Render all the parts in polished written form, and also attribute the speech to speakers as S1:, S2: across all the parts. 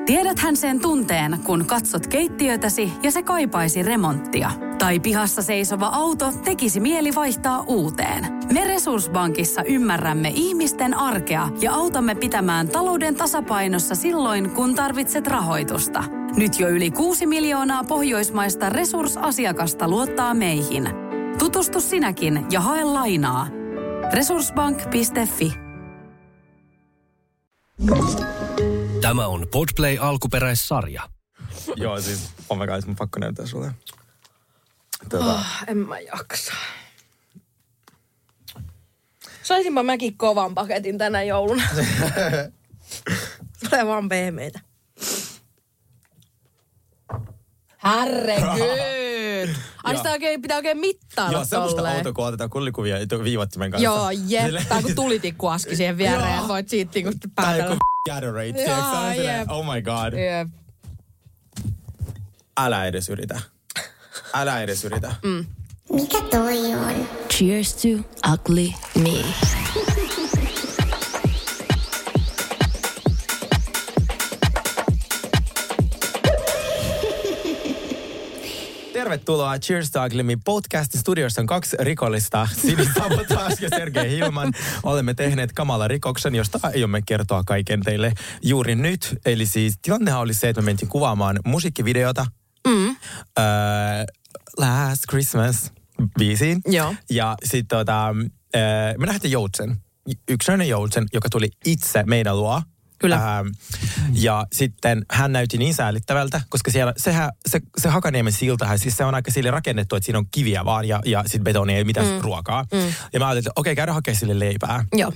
S1: Tiedäthän sen tunteen, kun katsot keittiötäsi ja se kaipaisi remonttia. Tai pihassa seisova auto tekisi mieli vaihtaa uuteen. Me Resurssbankissa ymmärrämme ihmisten arkea ja autamme pitämään talouden tasapainossa silloin, kun tarvitset rahoitusta. Nyt jo yli 6 miljoonaa pohjoismaista resursasiakasta luottaa meihin. Tutustu sinäkin ja hae lainaa. Resurssbank.fi.
S2: Tämä on Podplay alkuperäissarja.
S3: Joo, siis on mä pakko näyttää sulle.
S4: En mä jaksa. Saisinpa mäkin kovan paketin tänä jouluna. Tulee vaan pehmeitä. Herregud! Ai sitä pitää oikein mittailla tolleen.
S3: Joo, semmoista autoa, kun otetaan kullikuvia viivattimen kanssa.
S4: Joo, tai kun tulitikkuaski siihen viereen, voit siitä niinku päätellä. Tai
S3: joku Gatorade. Oh my god.
S4: Jep.
S3: Älä edes yritä.
S5: Mikä toi on?
S1: Cheers to ugly me.
S3: Tervetuloa Cheers to Ugly Me -podcastin. Studiossa on 2 rikollista, Sini Sabotage ja Sergei Hilman. Olemme tehneet kamalan rikoksen, josta aiomme kertoa kaiken teille juuri nyt. Eli siis tilannehan oli se, että me mentiin kuvaamaan musiikkivideota. Last Christmas -biisiin.
S4: Joo.
S3: Ja sitten me nähtiin Joutsen. Yksilöinen Joutsen, joka tuli itse meidän luo.
S4: Kyllä.
S3: Ja sitten hän näytti niin säälittävältä, koska siellä se Hakaniemen siltahan, siis se on aika sille rakennettu, että siinä on kiviä vaan ja sitten betonia, ei mitään ruokaa. Ja mä ajattelin, että okei, käydään hakemaan sille leipää.
S4: Joo.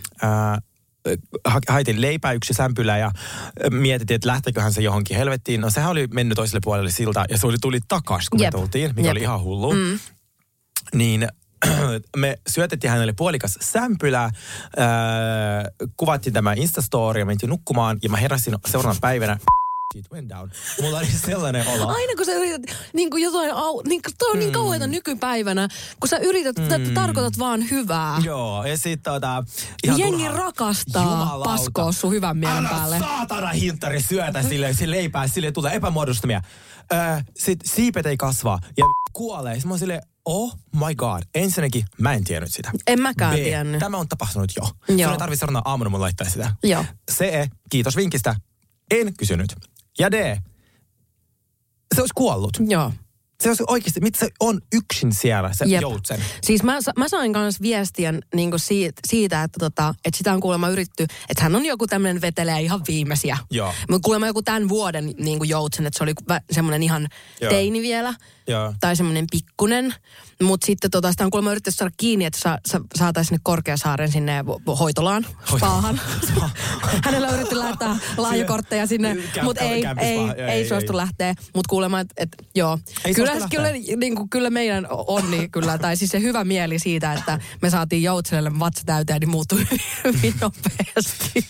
S3: Haitin leipää, 1 sämpylä ja mietittiin, että lähteeköhän se johonkin helvettiin. No sehän oli mennyt toiselle puolelle siltaa ja se tuli takas, kun me tultiin, mikä oli ihan hullu. Niin me syötettiin hänelle puolikas sämpylä, kuvattiin tämä Instastory ja mentiin nukkumaan ja mä heräsin seuraavana päivänä. It went down. Mulla oli sellainen olo.
S4: Aina kun sä yrität, niin kuin jotain, toi on niin kauheita nykypäivänä, kun sä yrität, tarkoitat vaan hyvää.
S3: Joo, ja sit ihan
S4: jengi rakastaa paskoa sun hyvän mielen päälle.
S3: Älä saatana hintari syötä silleen, se leipää, silleen tulee epämuodostumia. Sit siipet ei kasva ja kuolee. Sitten mä oon silleen, oh my god. Ensinnäkin mä en tiennyt sitä.
S4: En mäkään tiennyt.
S3: Tämä on tapahtunut jo. Sun ei tarvitse seuraavana aamuna mun laittaa sitä.
S4: Joo.
S3: C, kiitos vinkistä. En kysynyt. Ja D, se olisi kuollut.
S4: Joo.
S3: Se olisi oikeasti, mitä se on yksin siellä, se Joutsen.
S4: Siis mä sain kanssa viestien niin siitä, että sitä on kuulemma yritetty, että hän on joku tämmöinen vetelee ihan viimeisiä.
S3: Joo.
S4: Mutta kuulemma joku tämän vuoden niin kuin Joutsen, että se oli semmoinen ihan teini vielä.
S3: Joo.
S4: Tai semmoinen pikkunen. Mutta sitten sitä on kuulemma yritetty saada kiinni, että saataisiin sinne Korkeasaaren sinne hoitolaan, spaahan. Hänellä on yritetty lähettää lahjakortteja sinne, mutta ei suostu lähteä. Mutta kuulemma, että joo. Kyllä meidän onni kyllä, tai siis se hyvä mieli siitä, että me saatiin Joutsenelle vatsa täyteen, niin muuttui hyvin nopeasti.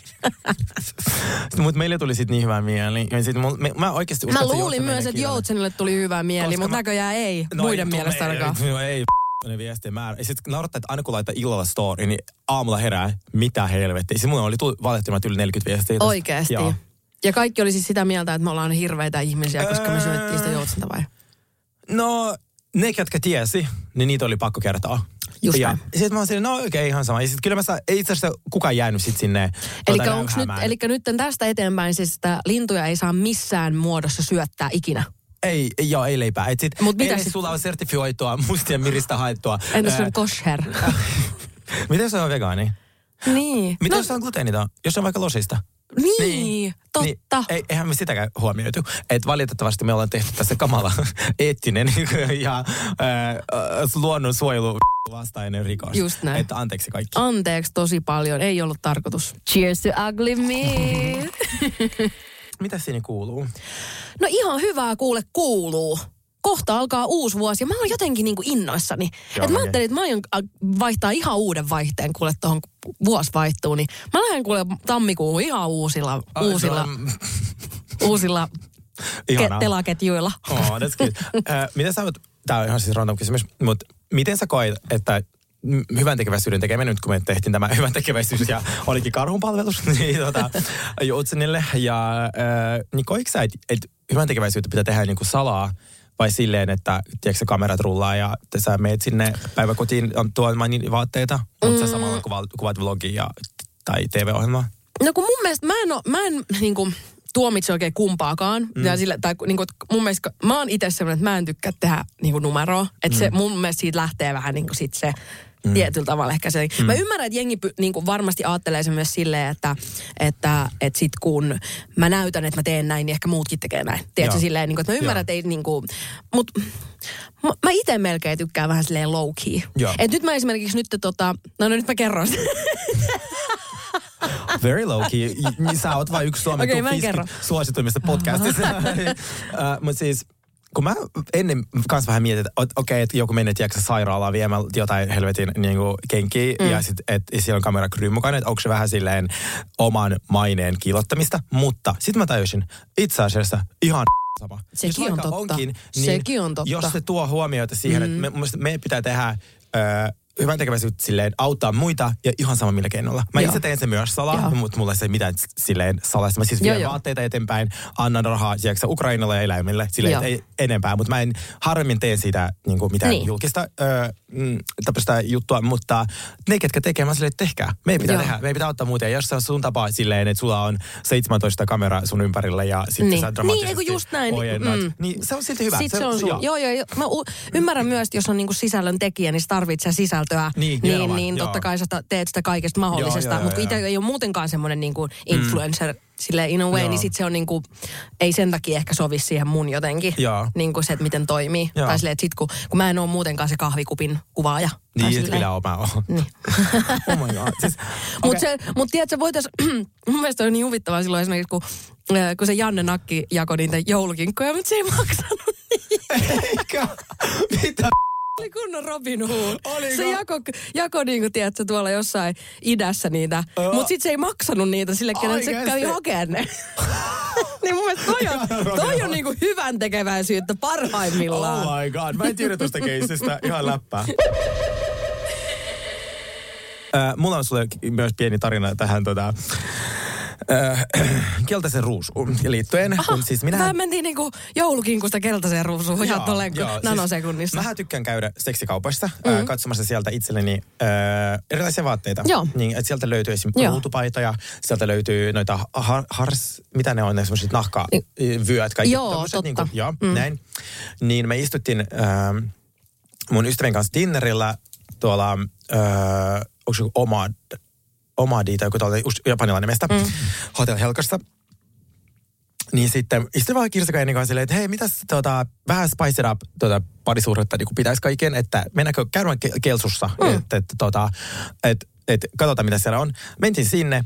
S3: Mutta meille tuli sitten niin hyvä mieli. Mä oikeasti
S4: mä luulin myös, että Joutsenille tuli hyvä mieli, mutta näköjään ei. Muiden mielestä ainakaan.
S3: Ei ne viestien määrä. Ja sitten naurattaa, että aina kun laittaa illalla story, niin aamulla herää, mitä helvettiä. Siis mulla oli valitettavasti yli 40 viestiä.
S4: Oikeesti. Ja kaikki oli siis sitä mieltä, että me ollaan hirveitä ihmisiä, koska me syöttiin sitä Joutsenta vai?
S3: No, ne, jotka tiesi, niin niitä oli pakko kertoa.
S4: Just
S3: ja sitten mä oon silleen, no okei, ihan sama. Ja sitten kyllä ei itse asiassa kukaan jäänyt sit sinne.
S4: Eli nyt tästä eteenpäin siis sitä lintuja ei saa missään muodossa syöttää ikinä?
S3: Ei leipää. Mutta mitä sitten? Sulla on sertifioitua mustien miristä haettua.
S4: Entäs se on kosher?
S3: Miten se on vegaani?
S4: Niin.
S3: Miten jos on gluteenita? Jos on vaikka losista?
S4: Niin, totta.
S3: Niin, eihän me sitäkään huomioitu. Että valitettavasti me ollaan tehty tässä kamala eettinen ja luonnonsuojelu vastainen rikos.
S4: Just näin.
S3: Että anteeksi kaikki.
S4: Anteeksi tosi paljon. Ei ollut tarkoitus.
S1: Cheers to ugly me.
S3: Mitä siinä kuuluu?
S4: No ihan hyvää kuuluu. Kohta alkaa uusi vuosi ja mä oon jotenkin niinku innoissani. Että mä ajattelin, että mä aion vaihtaa ihan uuden vaihteen, kuule tuohon vuosi vaihtuu. Niin mä lähden kuule tammikuuhun ihan uusilla telaketjuilla.
S3: Oh, that's good. Miten sä oot, tää on ihan siis random kysymys, mutta miten sä koet, että hyvän tekeväisyyden tekeminen, nyt kun me tehtiin tämä hyvän tekeväisyys ja olikin karhunpalvelus niin, Joutsenille. Ja niin koitko sä, että hyvän tekeväisyyttä pitää tehdä niin kuin salaa vai silleen, että tiedätkö, kamerat rullaa ja sä meet sinne päiväkotiin tuomaan vaatteita, mutta sä samalla kuvat vlogia tai TV-ohjelmaa?
S4: No kun mun mielestä mä en niin kuin tuomitse oikein kumpaakaan. Ja sillä, tai niin kuin, mun mielestä mä oon itse sellainen, että mä en tykkää tehdä niin kuin numeroa. Että se mun mielestä siitä lähtee vähän niin kuin sit se tietyllä tavalla ehkä se. Mä ymmärrän, että jengi niin kuin varmasti ajattelee se myös silleen, että sit kun mä näytän, että mä teen näin, niin ehkä muutkin tekee näin. Tiedätkö silleen, niin kuin, että mä ymmärrän, että ei niin kuin, mut mä itse melkein tykkään vähän silleen low key. Että nyt mä esimerkiksi nyt mä kerron
S3: Very low key. Sä oot vain yksi Suomen suosituimmista podcastista. Mutta siis, kun mä ennen kans vähän mietin, että että joku menee tiedätkö sairaalaan viemään jotain helvetin niinku kenkiä ja sit, että siellä on kamerakryyyn mukana, että onko se vähän silleen oman maineen kiillottamista. Mutta sit mä tajusin, itse asiassa ihan sama.
S4: Sekin on totta.
S3: Onkin, niin
S4: sekin on totta.
S3: Jos se tuo huomiota siihen, että me pitää tehdä hyvän tekeväisyyttä silleen auttaa muita ja ihan sama millä keinolla. Mä itse teen sen myös salaa, mutta mulla ei se mitään silleen salaista. Mä siis vien vaatteita eteenpäin, annan rahaa Ukrainalle ja eläimille, silleen ei enempää. Mutta mä en harvemmin tee siitä niin kuin mitään julkista tämmöistä juttua, mutta ne, ketkä tekee, mä silleen, että tehkää. Me ei pitää tehdä, me ei pitää auttaa muita. Ja jos se on sun tapa silleen, että sulla on 17 kameraa sun ympärillä ja sitten sä dramaattisesti
S4: just näin.
S3: Ojennat, niin se on silti hyvä.
S4: Sitten se on sun. Joo. Mä ymmärrän myös, että jos on niinku sisällön tekijä, niin tarvitsee sisältöä. Niin totta kai sä teet sitä kaikesta mahdollisesta. Mutta kun itse ei ole muutenkaan semmoinen niinku influencer silleen in a way, niin sit se on niinku, ei sen takia ehkä sovi siihen mun jotenkin. Niinku se, että miten toimii. Tai silleen, että sit kun mä en ole muutenkaan se kahvikupin kuvaaja.
S3: Niin, kyllä mä oon. Niin. Oh my god. Siis,
S4: Mutta tiedätkö, mun mielestä on niin huvittavaa silloin esimerkiksi, kun se Janne Nakki jakoi niitä joulukinkkoja, mutta se ei maksanut niitä.
S3: Eikä? Mitä?
S4: Oli kunnon Robin Hood. Oliko? Se jako niinku, tiedätkö, tuolla jossain idässä niitä. Mutta sit se ei maksanut niitä sille, kenelle se kävi hakemaan ne. Niin mun mielestä toi on niinku hyvän tekeväisyyttä parhaimmillaan.
S3: Oh my god, mä en tiedä tuosta keisistä. Ihan läppää. Mulla on sulle myös pieni tarina tähän keltaisen ruusuun liittyen. Siis
S4: Vähän mentiin niinku joulukinkusta keltaiseen ruusuun ihan tolleen nanosekunnissa.
S3: Mähän tykkään käydä seksikaupoissa katsomassa sieltä itselleni erilaisia vaatteita. Niin, että sieltä löytyy esimerkiksi ruutupaitoja, sieltä löytyy noita mitä ne on, ne semmoiset nahkavyöt, kaikki tommoset. Totta. Näin. Niin me istuttiin mun ystävän kanssa dinnerillä tuolla, onko se Omadi tai joku tuolla japanilainen mestä, Hotel Helkassa. Niin sitten istuin vaan Kirsikan kanssa silleen, että hei, mitäs vähän spice it up parisuhdetta niin pitäisi kaiken, että mennäänkö käydään Kelsussa, että katsotaan mitä siellä on. Mentiin sinne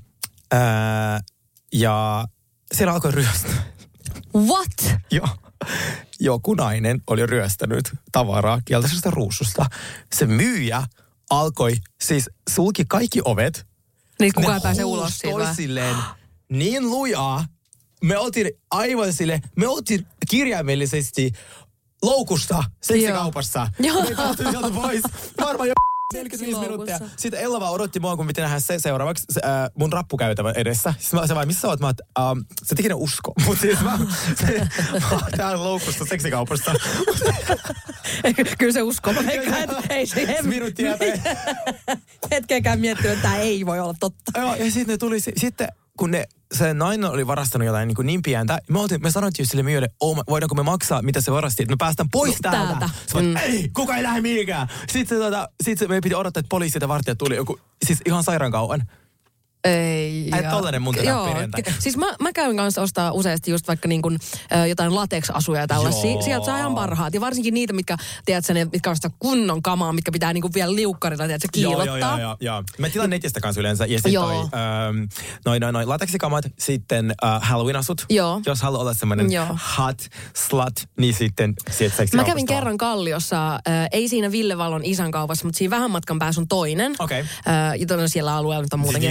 S3: ja siellä alkoi ryöstää.
S4: What?
S3: Joo. Joku nainen oli ryöstänyt tavaraa keltaisesta ruususta. Se myyjä siis sulki kaikki ovet.
S4: Niin kukaan pääsee ulos siitä.
S3: Silleen niin lujaa. Me oltiin aivan silleen, me oltiin kirjaimellisesti loukusta seksikaupassa. Me päästiin sieltä pois. Varmaan jo 45 minuuttia. Sitten Ella vaan odotti mua, kun piti nähdä se seuraavaksi mun rappukäytävä edessä. Sitten mä sanoin, missä sä oot? Mä oot, se tekinen usko. Mutta siis mä oon täällä loukusta seksikaupasta.
S4: Kyllä se usko. Ei se
S3: minuuttia.
S4: Hetkeäkään miettinyt, että tämä ei voi olla totta.
S3: Joo, ja sitten ne tuli, sitten kun se nainen oli varastanut jotain niin pientä, me sanottiin sille myyjälle, voidaanko me maksaa, mitä se varasti, että me päästään pois täältä. Ei, kuka ei lähde mihinkään. Sitten me piti odottaa, että poliisit ja vartijat tuli joku, siis ihan sairaan kauan.
S4: Ei.
S3: Tollainen mun perjantai.
S4: Siis mä käyn kanssa ostaa useasti just vaikka niin kuin, jotain latex-asuja ja tällaisia. Sieltä saa ihan parhaat. Ja varsinkin niitä, mitkä on sitä kunnon kamaa, mitkä pitää niin kuin vielä liukkarilla, tiedätkö, kiilottaa.
S3: Joo. Mä tilaan netistä kanssa yleensä. Ja sitten noi latexikamat, sitten Halloween-asut. Jos haluaa olla semmoinen hot slut, niin sitten sieltä
S4: mä kävin kerran Kalliossa, ei siinä Ville Vallon isän kaupassa, mutta siinä vähän matkan päässä on toinen.
S3: Okei.
S4: Ja siellä alueella nyt on muutenkin aika paljon.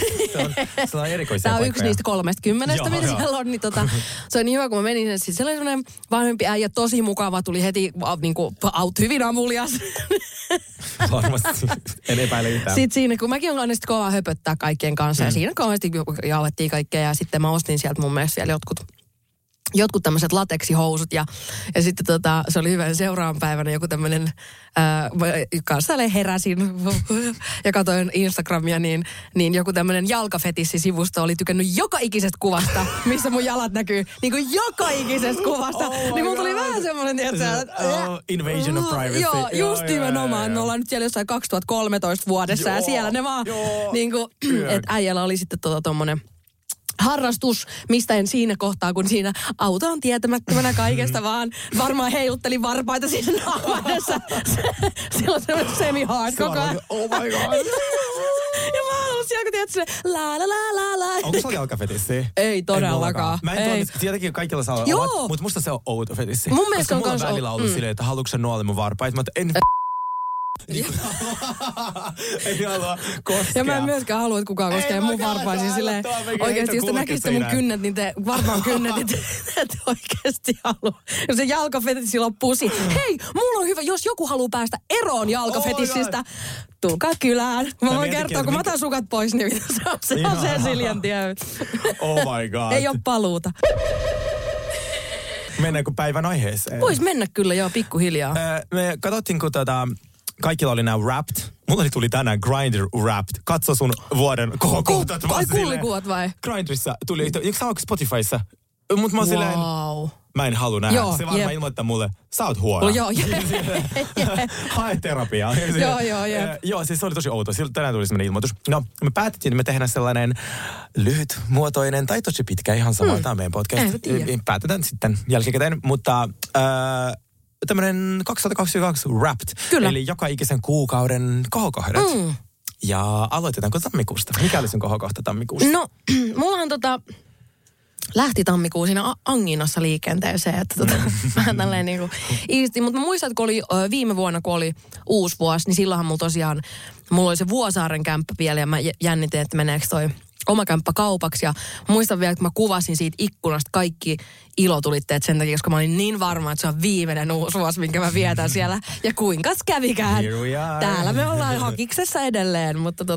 S3: Se on erikoisia
S4: Tämä on
S3: paikkoja.
S4: yksi niistä 30, mitä siellä on. Niin se on niin hyvä, kun mä menin sinne. Siis siellä oli sellainen vanhempi äijä, tosi mukava, tuli heti niin kuin, hyvin avulias.
S3: Varmasti, en epäile yhtään.
S4: Sitten siinä, kun mäkin olen sitten kovaa höpöttää kaikkien kanssa. Ja siinä kauheasti jauhettiin kaikkea. Ja sitten mä ostin sieltä mun mielestä vielä jotkut tämmöiset lateksihousut ja sitten se oli hyvä seuraavan päivänä joku tämmöinen, kanssa heräsin ja katsoin Instagramia, niin joku tämmöinen jalkafetissisivusto oli tykännyt joka ikisestä kuvasta, missä mun jalat näkyy, niin kuin joka ikisestä kuvasta. Niin mulla tuli vähän semmoinen, että
S3: invasion of privacy.
S4: Joo, just nimenomaan. Me ollaan nyt siellä jossain 2013 vuodessa ja siellä ne vaan, niin kuin, että äijällä oli sitten tommonen harrastus, mistä en siinä kohtaa, kun siinä auto on tietämättömänä kaikesta, vaan varmaan heilutteli varpaita siinä naamassa. Siellä on semmoinen semi-hard koko ajan.
S3: Oh my god.
S4: Ja mä oon ollut siellä, kun tiedät se la.
S3: Onko sulla jalkafetissi?
S4: Ei todellakaan.
S3: Mä en tuonne, tietenkin kaikilla saa olla, mutta musta se on outo fetissi.
S4: Mun mielestä
S3: koska
S4: on
S3: mulla on välillä ollut silleen, että haluatko sä nuolle mun varpaita? Mä en ei halua koskea.
S4: Ja mä en myöskään halua, että kukaan koskee mun varpaisiin silleen. Oikeesti, jos te näkisitte mun kynnet, niin te varmaan kynnet, niin te ette oikeesti halua. Jos se jalkafetissi loppuu hei, mulla on hyvä, jos joku haluaa päästä eroon jalkafetissistä, tulkaa kylään. Mä voin kertoa, kun mä otan sukat pois, niin se on Siljan tie.
S3: Oh my god.
S4: Ei oo paluuta.
S3: Mennäänkö päivän aiheeseen?
S4: Vois mennä kyllä, joo, pikkuhiljaa.
S3: Me katsottiin, kun kaikilla oli nämä Wrapped. Mulla tuli tänään Grindr Wrapped. Katso sun vuoden kohokohtat.
S4: Ai kuulikuvat vai?
S3: Grindrissa tuli. Eikö sä ole Spotifyssa? Mutta mä oon silleen, mä en halua nähdä. Se varmaan ilmoittaa mulle, sä oot huono.
S4: Joo.
S3: Hae terapiaa. Joo, siis se oli tosi outo. Tänään tuli sellainen ilmoitus. No, me päätettiin, että me tehdään sellainen lyhytmuotoinen tai tosi pitkä, ihan sama. Tämä on meidän podcast. Päätetään sitten jälkikäteen, mutta tämmöinen 2022 Wrapped.
S4: Kyllä.
S3: Eli joka ikisen kuukauden kohokohdat. Ja aloitetaanko tammikuusta? Mikä oli sun kohokohta tammikuussa?
S4: No, mullahan lähti tammikuun siinä anginassa liikenteeseen, että vähän tälleen niinku iisti. Mutta mä muistan, että kun oli viime vuonna, kun oli uusi vuosi, niin silloinhan mulla oli se Vuosaaren kämppä vielä ja mä jännitin, että meneekö toi oma kämppä kaupaksi. Ja muistan vielä, että mä kuvasin siitä ikkunasta kaikki ilotulitteet sen takia, koska mä olin niin varma, että se on viimeinen uusi vuosi, minkä mä vietän siellä. Ja kuinkas kävikään. Täällä me ollaan hakiksessa edelleen,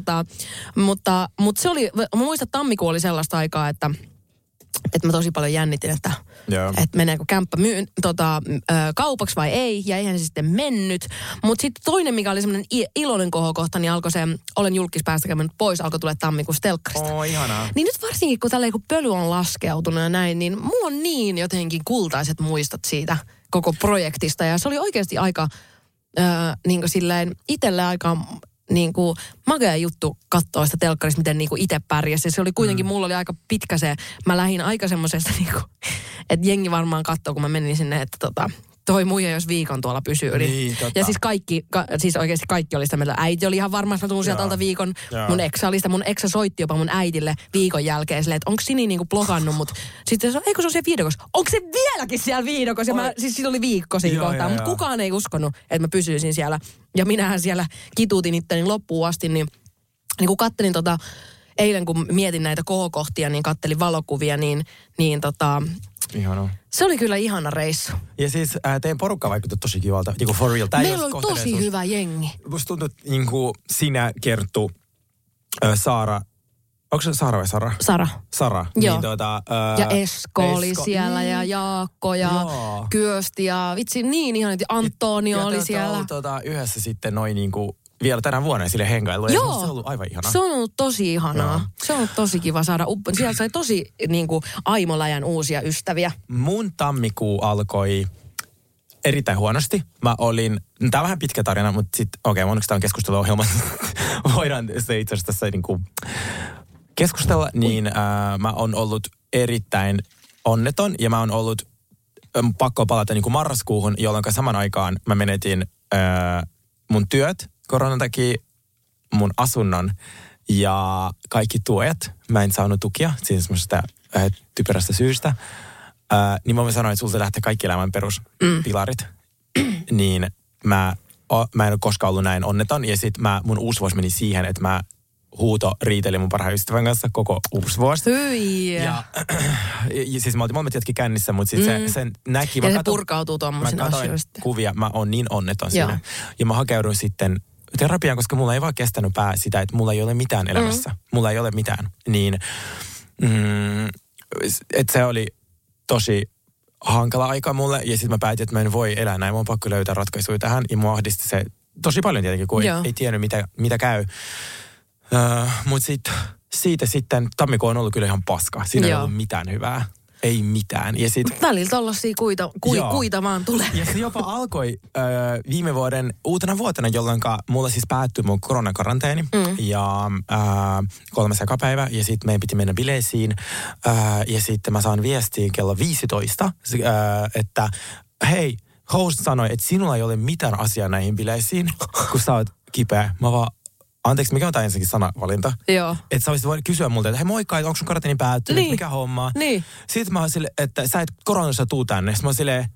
S4: mutta se oli, mä muistan, että tammikuu oli sellaista aikaa, että mä tosi paljon jännitin, että meneekö kämppä kaupaksi vai ei, ja eihän se sitten mennyt. Mutta sitten toinen, mikä oli semmoinen iloinen kohokohta, niin alkoi se, olen julkispäästä käynyt pois, alkoi tulla tammikuussa telkkarista.
S3: Ihanaa.
S4: Niin nyt varsinkin, kun tälleen kun pöly on laskeutunut ja näin, niin mulla on niin jotenkin kultaiset muistot siitä koko projektista. Ja se oli oikeasti aika, niin kuin silleen, itselle aika niin kuin magea juttu katsoa sitä telkkarista, miten niin kuin itse pärjäsi. Se oli kuitenkin, mulla oli aika pitkä se, mä lähdin aika semmoisesta niin kuin, että jengi varmaan katsoo, kun mä menin sinne, että toi muija jos viikon tuolla pysyy.
S3: Niin,
S4: ja siis siis oikeasti kaikki oli sitä mieltä. Äiti oli ihan varma, että mä tuun sieltä alta viikon. Mun eksä soitti jopa mun äidille viikon jälkeen silleen, että onko Sini niinku blokannut mut. Sitten se on, eikö se on siellä viidokossa? Onko se vieläkin siellä viidokossa? Ja siis siitä oli viikko siinä kohtaa, mutta kukaan ei uskonut, että mä pysyisin siellä. Ja minähän siellä kituutin itteni loppuun asti, niin kun kattelin eilen kun mietin näitä kohokohtia, niin kattelin valokuvia, niin
S3: Ihanaa.
S4: Se oli kyllä ihana reissu.
S3: Ja siis teidän porukka vaikutti tosi kivalta. Niin kuin for real.
S4: Meillä oli tosi hyvä jengi.
S3: Musta tuntuu, että niin kuin sinä, Kerttu, Saara. Onko se Saara vai Sara? Sara.
S4: Joo.
S3: Niin,
S4: ja Esko oli siellä ja Jaakko ja Kyösti ja vitsi niin ihan, että Antonio oli siellä.
S3: Ja yhdessä sitten noin niinku vielä tänä vuonna sille hengailu.
S4: Joo.
S3: Se on ollut aivan ihanaa.
S4: Se on ollut tosi ihanaa. Joo. Se on ollut tosi kiva saada. Sieltä sai tosi niinku aimoläjän uusia ystäviä.
S3: Mun tammikuu alkoi erittäin huonosti. Mä olin, tää on vähän pitkä tarina, mutta sit onneksi tää on keskusteluohjelma. Voidaan se itse asiassa tässä niinku keskustella. Niin mä oon ollut erittäin onneton ja mä oon ollut pakko palata niinku marraskuuhun, jolloin saman aikaan mä menetin mun työt koronan takia, mun asunnon ja kaikki tuojat. Mä en saanut tukia, siis semmoisesta typerästä syystä. Niin mä voin sanoa, että sulta lähtee kaikki elämän peruspilarit. Niin mä en ole koskaan ollut näin onneton. Ja sit mun uusi vuosi meni siihen, että mä huuto riiteli mun parhaan ystävän kanssa koko uusi vuosi.
S4: Hyi.
S3: Ja siis me oltiin molemmat jätkin kännissä, mutta sitten sen näki.
S4: Ja se purkautuu tuommoisina asioista.
S3: Kuvia, mä oon niin onneton siinä. Ja mä hakeudun sitten terapiaan, koska mulla ei vaan kestänyt pää sitä, että mulla ei ole mitään elämässä. Mulla ei ole mitään. Niin, että se oli tosi hankala aika mulle. Ja sitten mä päätin, että mä en voi elää näin. Mä oon pakko löytää ratkaisuja tähän. Ja mua ahdisti se tosi paljon tietenkin, kun ei tiennyt mitä käy. Mutta siitä sitten tammikuu on ollut kyllä ihan paska. Siinä ei ollut mitään hyvää. Ei mitään. Ja
S4: välillä tollaisia kuita vaan tulee.
S3: Ja se jopa alkoi viime vuoden uutena vuotena, jolloin mulla siis päättyi mun koronakaranteeni. Ja 3. ekapäivä. Ja sitten meidän piti mennä bileisiin. Ja sitten mä saan viestiin kello 15, että hei, host sanoi, että sinulla ei ole mitään asiaa näihin bileisiin, kun sä oot kipeä. Mä vaan, anteeksi, mikä on tämä ensinnäkin sanavalinta?
S4: Joo.
S3: Että sä voisit kysyä multa, että hei moikka, onko sun karanteeni päättynyt,
S4: niin.
S3: Mikä homma?
S4: Niin.
S3: Sitten mä oon silleen, että sä et koronassa tuu tänne. Sitten mä oon silleen,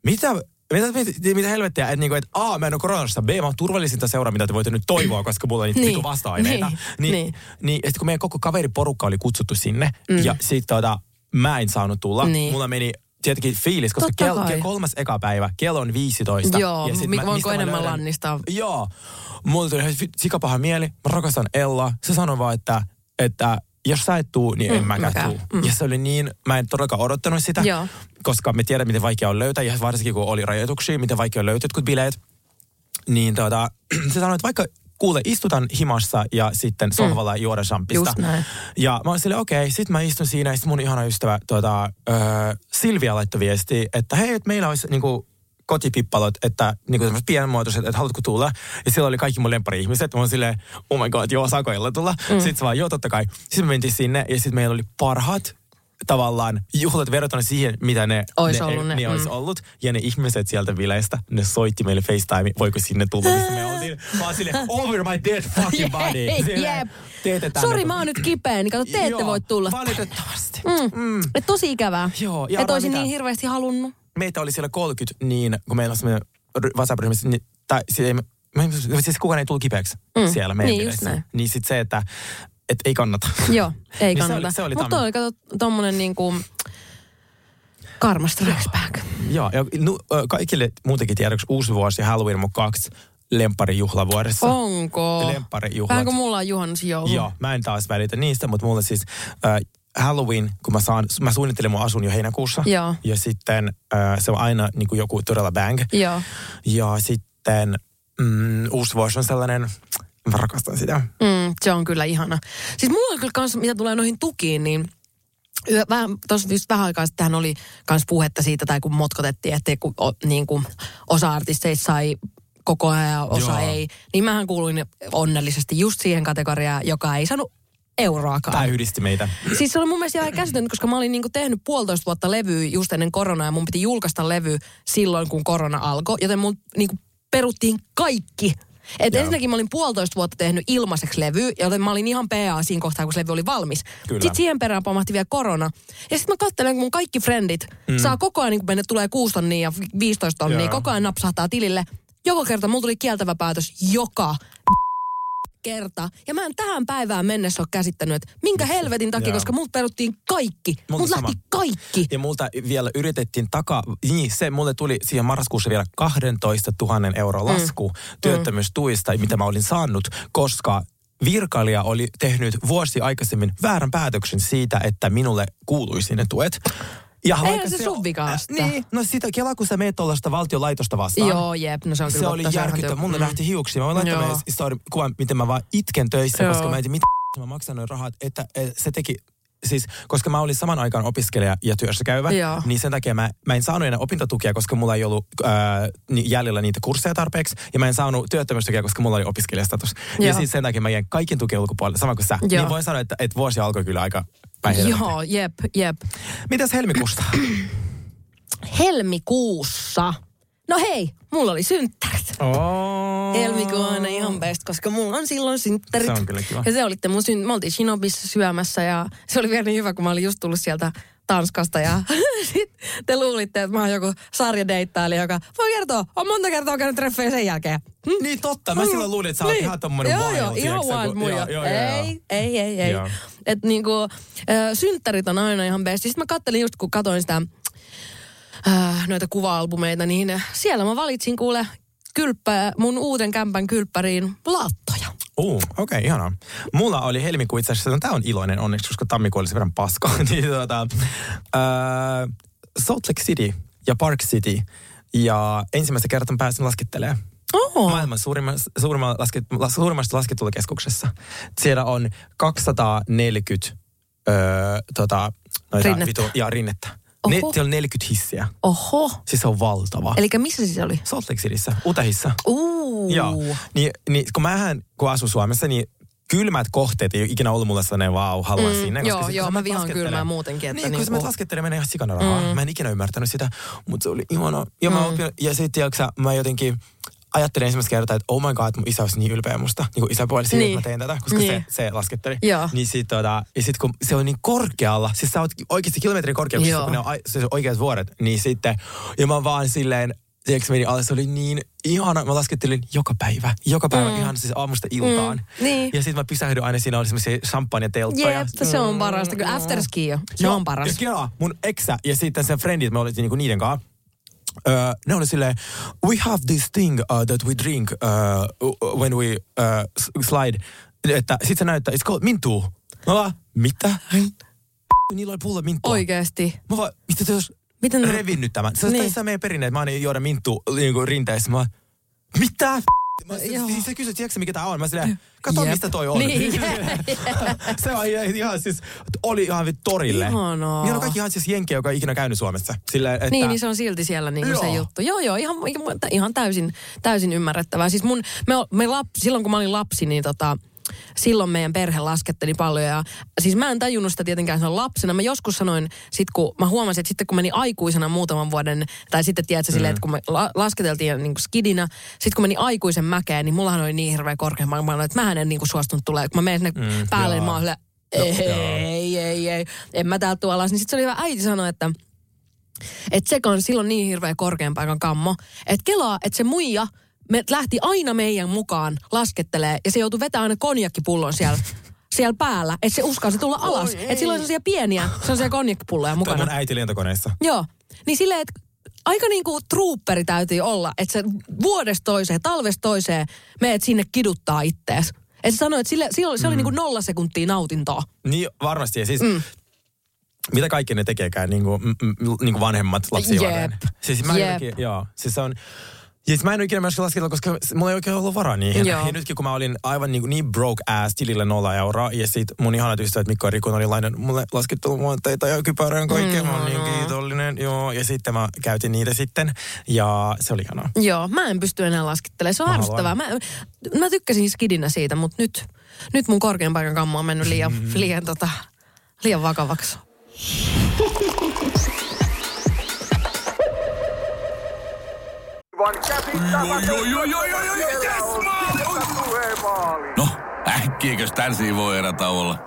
S3: mitä helvettiä, että A, mä en ole koronassa, B, mä oon turvallisinta seuraa, mitä te voitte nyt toivoa, koska mulla on niitä vitu vasta-aineita. Niin, ja sitten kun meidän koko kaveriporukka oli kutsuttu sinne, ja sitten mä en saanut tulla, mulla meni tietenkin fiilis, koska 3. ekapäivä, kello on 15.
S4: Joo, voinko enemmän lannistaa?
S3: Joo, mulla tuli sikapaha mieli, mä rakastan Ellaa. Se sanoi vaan, että jos sä et tuu, niin en mäkään tuu. Ja se oli niin, mä en todellakaan odottanut sitä, koska me tiedän, miten vaikea on löytää, ja varsinkin kun oli rajoituksia, miten vaikea on löytää jotkut bileet. Niin se sanoi, että vaikka kuule, istutaan himassa ja sitten sohvalla juoda champista. Ja mä olin silleen, okei, sit mä istun siinä ja sit mun ihana ystävä Silvia laittoi viestiä, että hei, että meillä olisi niinku kotipippalot, että niinku tämmöiset pienmuotoiset, että haluatko tulla? Ja siellä oli kaikki mun lemppari-ihmiset. Mä olin silleen, oh my god, joo, saako Ella tulla? Sitten vaan, joo, totta kai. Sitten me mentiin sinne ja sitten meillä oli parhaat tavallaan juhlat verrattuna siihen, mitä ne olisi ollut. Ja ne ihmiset sieltä bileistä, ne soitti meille FaceTime, voiko sinne tulla, mistä me oltiin. Mä oon silleen, over my dead fucking body.
S4: Sori, mä oon nyt kipeä, niin kato, te ette voi tulla.
S3: Valitettavasti.
S4: Tosi ikävää.
S3: Joo.
S4: Et olisin niin hirveästi halunnut.
S3: Meitä oli siellä 30 niin, kun meillä on semmoinen WhatsApp-ryhmissä, siis kukaan ei tullut kipeäksi siellä meidän bileissä. Niin sit se, että ei kannata.
S4: Joo, ei
S3: niin
S4: kannata.
S3: Se oli
S4: mutta oli, kato, tommonen niinku karma strikes back.
S3: Joo, ja kaikille muutenkin tiedoksi uusi vuosi ja Halloween mun 2 lempparijuhlavuodessa.
S4: Onko?
S3: Lempparijuhlat.
S4: Vähän kuin mulla on juhannus joulu.
S3: Joo, mä en taas välitä niistä, mutta mulla siis Halloween, kun mä suunnittelin mun asun jo heinäkuussa. Joo. Ja sitten se on aina niin kuin joku todella bang.
S4: Joo. Ja
S3: sitten uusi vuosi on sellainen, mä rakastan sitä.
S4: Se on kyllä ihana. Siis mulla on kyllä kans, mitä tulee noihin tukiin, niin tuossa just vähän aikaa sitten oli kans puhetta siitä, tai kun motkotettiin, että niin kuin osa artisteista sai koko ajan ja osa ei. Niin mähän kuuluin onnellisesti just siihen kategoriaan, joka ei saanut euroakaan.
S3: Tämä yhdisti meitä.
S4: Siis se oli mun mielestä ihan käsittämätöntä, koska mä olin niinku tehnyt 1,5 vuotta levyä just ennen koronaa ja mun piti julkaista levy silloin, kun korona alkoi. Joten mun niinku peruttiin kaikki. Että ensinnäkin mä olin 1,5 vuotta tehnyt ilmaiseksi levyä, joten mä olin ihan PA siinä kohtaa, kun se levy oli valmis. Sitten siihen perään pamahti vielä korona. Ja sitten mä katselen, kun mun kaikki frendit saa koko ajan, niin kun meille tulee 6 tonnia ja 15 tonnia, koko ajan napsahtaa tilille. Joka kerta mulla tuli kieltävä päätös joka kerta. Ja mä en tähän päivään mennessä ole käsittänyt, että minkä helvetin takia, koska multa peruttiin kaikki. Multa lähti kaikki.
S3: Ja multa vielä yritettiin mulle tuli siihen marraskuussa vielä 12 000 € lasku työttömyystuista, mitä mä olin saanut, koska virkailija oli tehnyt vuosi aikaisemmin väärän päätöksen siitä, että minulle kuuluisi ne tuet. Ja
S4: eihän se sun vikaasta.
S3: Niin, no sitä kelaa, kun sä meet tuollaista valtiolaitosta vastaan.
S4: Joo, jep, no se on kyllä
S3: se oli järkyttävä. Mulle lähti hiuksiin. Mä voin laittaa meidän kuvan, miten mä vaan itken töissä, koska mä en tiedä, mitä mä maksan noin rahat. Että se teki, siis, koska mä olin saman aikaan opiskelija ja työssä käyvä, niin sen takia mä en saanut enää opintotukia, koska mulla ei ollut jäljellä niitä kursseja tarpeeksi. Ja mä en saanut työttömyystukia, koska mulla oli opiskelijastatus. Ja siis sen takia mä jäin kaiken tukien ulkopuolelle, sama kuin sä. Niin voin sanoa, että vuosi alkoi kyllä aika päihdeltä.
S4: Joo, jep.
S3: Mitäs helmikuusta?
S4: Helmikuussa? No hei, mulla oli synttärit. Helmikuu on aina ihan best, koska mulla on silloin synttärit.
S3: Se on kyllä kiva.
S4: Ja se olitte me oltiin Shinobissa syömässä ja se oli vielä niin hyvä, kun mä olin just tullut sieltä Tanskasta ja sit te luulitte, että mä oon joku sarjadeittailija, joka voi kertoa, on monta kertaa käynyt treffejä sen jälkeen.
S3: Niin totta, mä silloin luulin, että sä oot ihan tommonen wild.
S4: Joo, ihan wild muija. Ei.
S3: Joo.
S4: Että niinku, synttärit on aina ihan besti. Sitten mä kattelin just, kun katoin sitä noita kuva-albumeita, niin siellä mä valitsin kuule mun uuden kämpän kylppäriin laattoja.
S3: Okei, ihanaa. Mulla oli helmikuu itse asiassa, tää on iloinen onneksi, koska tammikuu oli sen verran paska. Niin Salt Lake City ja Park City. Ja ensimmäistä kertaa pääsin laskettelemaan. Maailman suurimmasta laskettelukeskuksessa. Siellä on 240 rinnettä. Siellä on 40 hissiä.
S4: Oho.
S3: Siis se on valtava.
S4: Elikkä missä se oli?
S3: Salt Lake Cityssä, Utahissa. Joo. Niin kun asun Suomessa, niin kylmät kohteet ei ole ikinä ollut mulle sellainen haluan sinne.
S4: Joo, mä vihaan kylmää muutenkin. Että
S3: kun sä menet laskettelemaan, menee ihan sikana rahaa. Mä en ikinä ymmärtänyt sitä, mutta se oli ihana. Ja sitten mä jotenkin ajattelin ensimmäistä kertaa, että oh my god, mun isä olisi niin ylpeä musta. Niin kuin isäpuoli siitä, että mä tein tätä, koska se lasketteli. Niin sit kun se on niin korkealla, siis sä oot oikeasti kilometrin korkealla, kun ne on oikeat vuoret, niin sitten, ja mä vaan silleen, tiedätkö menin alle, se oli niin ihana. Mä laskettelin joka päivä ihan siis aamusta iltaan. Ja sitten mä pysähdyin aina, siinä oli semmoisia champagne-telttoja.
S4: Jep, se on parasta, kun afterski se on paras.
S3: Ja mun eksä ja sitten sen friendit, me oltiin niinku niiden kanssa. Ne oli silleen, we have this thing that we drink when we slide. Että sit se näyttää, it's called mintu. Mä vaan, mitä? Niillä oli pullo mintua.
S4: Oikeesti.
S3: Mä vaan, mistä te olisi revinnyt tämän? Se on tässä meidän perinne, että mä aina juoda mintu niin rinteessä. Mä vaan, mitä? Se kysyi, tiedätkö mikä tää on? Mä silleen, kato mistä toi on. Se on ihan siis, oli ihan torille.
S4: Ihanaa.
S3: Niin on kaikki ihan siis jenkiä, joka on ikinä käynyt Suomessa. Silleen, että
S4: niin se on silti siellä niinku se juttu. Joo, ihan täysin ymmärrettävää. Siis silloin kun mä olin lapsi, niin silloin meidän perhe lasketteli paljon ja siis mä en tajunnut sitä tietenkään silloin lapsena. Mä joskus sanoin, kun mä huomasin, että sitten kun meni aikuisena muutaman vuoden, tai sitten tiedätkö silleen, että kun me lasketeltiin niin kuin skidinä, sitten kun meni aikuisen mäkeen, niin mullahan oli niin hirveä korkea. Mä sanoin, että mähän en niin kuin suostunut tulemaan. Kun mä menen sinne päälle, niin mä oon silleen, ei, en mä täältä tuolla. Niin sitten se oli hyvä, äiti sanoi, että se on silloin niin hirveä korkean paikan kammo, että kelaa, että se muija, me lähti aina meidän mukaan laskettelee ja se joutui vetämään aina konjakkipullon siellä päällä, että se uskalsi tulla alas. Että silloin sellaisia pieniä, sellaisia konjakkipulloja mukana.
S3: Tuo mun äiti lentokoneessa.
S4: Joo. Niin silleen, että aika niinku trooperi täytyy olla, että se vuodesta toiseen, talvesta toiseen meet sinne kiduttaa ittees. Että se sanoi, että se oli niinku 0 sekuntia nautintoa. Niin varmasti. Ja siis
S3: mitä kaikki ne tekeekään niinku vanhemmat lapsia varten. Siis mä siis se on. Ja mä en ole ikinä myöskään lasketella, koska mulla ei oikein ollut varaa niihin. Ja nytkin kun mä olin aivan niin broke ass, tilille 0 euroa. Ja sit mun ihanat ystävät Mikko ja Rikun oli lainannut mulle laskettelumonteita ja kypärän kaikkea. Mä olin niin kiitollinen. Joo. Ja sitten mä käytin niitä sitten. Ja se oli ihanaa.
S4: Joo, mä en pysty enää laskettelemaan. Se on ärsyttävää. Mä tykkäsin skidinä siitä, mutta nyt mun korkean paikan kammo on mennyt liian vakavaksi.
S6: No, äkkiäkös tän voi erätauolla?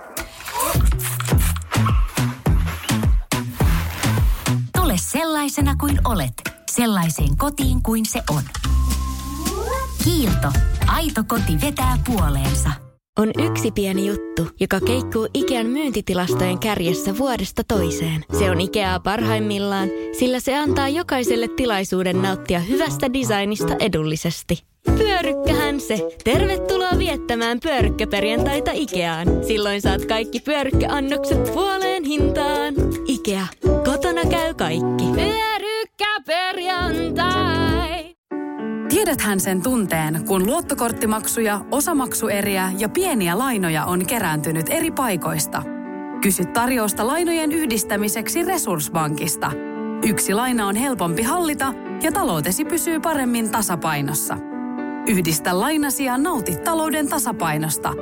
S7: Tule sellaisena kuin olet, sellaiseen kotiin kuin se on. Kiilto. Aito koti vetää puoleensa.
S8: On yksi pieni juttu, joka keikkuu Ikean myyntitilastojen kärjessä vuodesta toiseen. Se on Ikeaa parhaimmillaan, sillä se antaa jokaiselle tilaisuuden nauttia hyvästä designista edullisesti. Pyörykkähän se! Tervetuloa viettämään pyörykkäperjantaita Ikeaan. Silloin saat kaikki pyörykkäannokset puoleen hintaan. Ikea. Kotona käy kaikki. Pyörykkäperjantai!
S1: Tiedäthän sen tunteen, kun luottokorttimaksuja, osamaksueriä ja pieniä lainoja on kerääntynyt eri paikoista. Kysy tarjousta lainojen yhdistämiseksi Resurssbankista. Yksi laina on helpompi hallita ja taloutesi pysyy paremmin tasapainossa. Yhdistä lainasi ja nauti talouden tasapainosta.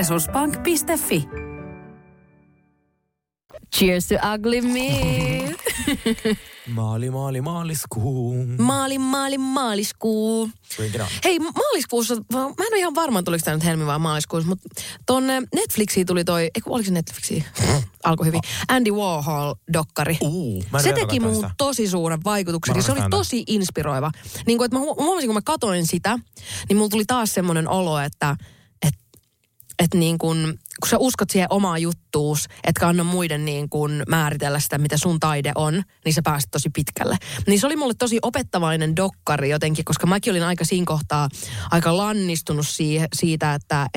S1: Resurssbank.fi.
S4: Cheers to ugly me!
S3: Maaliskuu.
S4: Maaliskuu. Hei, maaliskuussa, mä en ole ihan varma, tuliko tämä nyt helmi vai maaliskuussa, mutta tonne Netflixiin tuli toi, oliko se Netflixiin? Alkoi hyvin. Andy Warhol-dokkari. Se teki muun tosi suuren vaikutuksen. Se oli tosi inspiroiva. Niin kuin, että mä huomasin, kun mä katoin sitä, niin mulla tuli taas semmoinen olo, että niin kuin, kun sä uskot siihen omaa juttuus, etkä anna muiden niin kuin määritellä sitä, mitä sun taide on, niin sä pääset tosi pitkälle. Niin se oli mulle tosi opettavainen dokkari jotenkin, koska mäkin olin aika siinä kohtaa aika lannistunut siitä, että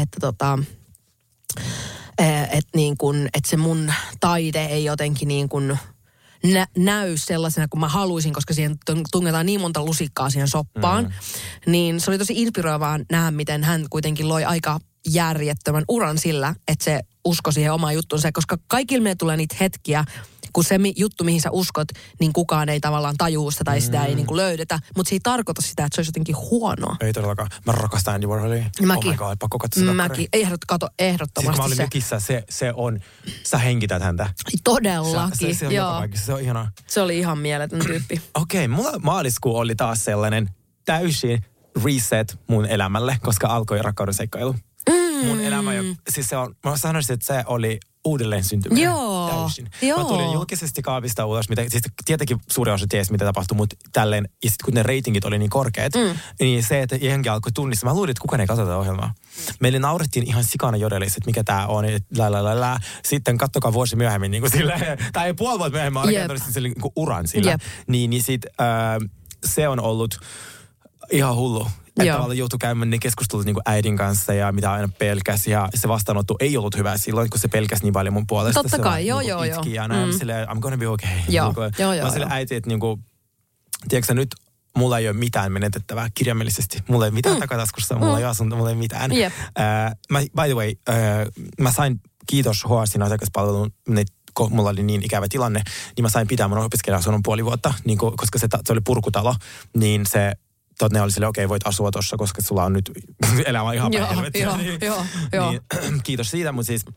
S4: niin kuin, että se mun taide ei jotenkin niin kuin näy sellaisena kuin mä haluaisin, koska siihen tungetaan niin monta lusikkaa siihen soppaan. Niin se oli tosi inspiroivaa nähdä, miten hän kuitenkin loi aika järjettömän uran sillä, että se uskoi siihen omaan juttuunsa, koska kaikille meille tulee niitä hetkiä, kun se juttu, mihin sä uskot, niin kukaan ei tavallaan tajuu sitä tai sitä ei niin kuin löydetä, mutta se ei tarkoita sitä, että se olisi jotenkin huonoa.
S3: Ei todellakaan. Mä rakastan Andy Warholia.
S4: Mäkin.
S3: Oh my god, pakko katsoa sitä.
S4: Mäkin. Ehdottomasti
S3: siis, kun mä olin mykissä, se on, sä henkität häntä.
S4: Todellakin.
S3: Se on joka paikassa, se on ihanaa.
S4: Se oli ihan mieletön tyyppi.
S3: Okei, mulla maaliskuu oli taas sellainen täysin reset mun elämälle, koska alkoi rakkauden seikkailu. Mun elämä, siis se on, mä sanoisin, että se oli uudelleen syntyminen täysin. Mä tulin julkisesti kaapista ulos, siis tietenkin suuri osa tiesi, mitä tapahtui, mutta tälleen, ja sitten kun ne ratingit oli niin korkeat, niin se, että johonkin alkoi tunnista, mä luulin, että kukaan ei katso tätä ohjelmaa. Meille naurettiin ihan sikana jodelissa, että mikä tää on, sitten kattokaa vuosi myöhemmin, niin kuin sillä, tai puoli vuotta myöhemmin, mä rakentanut sille niin kuin uran sillä. Niin sit se on ollut ihan hullu. Että tavallaan joutui käymään ne keskustelut niin kuin äidin kanssa ja mitä aina pelkäsi. Ja se vastaanotto ei ollut hyvä silloin, kun se pelkäsi niin paljon mun puolesta.
S4: Totta kai, joo.
S3: Itki ja näin silleen, I'm gonna be okay.
S4: Joo.
S3: Mä silleen äiti, että niinku, tiedätkö nyt mulla ei ole mitään menetettävää kirjaimellisesti. Mulla ei ole mitään takataskussa, mulla ei ole asunto, mulla ei ole mitään.
S4: Yep.
S3: By the way, mä sain, kiitos HR:n asiakaspalvelun, mulla oli niin ikävä tilanne, niin mä sain pitää mun opiskelija-asunnon puoli vuotta, niin koska se oli purkutalo, niin se ne oli silleen, okei, voit asua tossa, koska sulla on nyt elämä ihan päin helvettiä. Joo. Kiitos siitä, mutta siis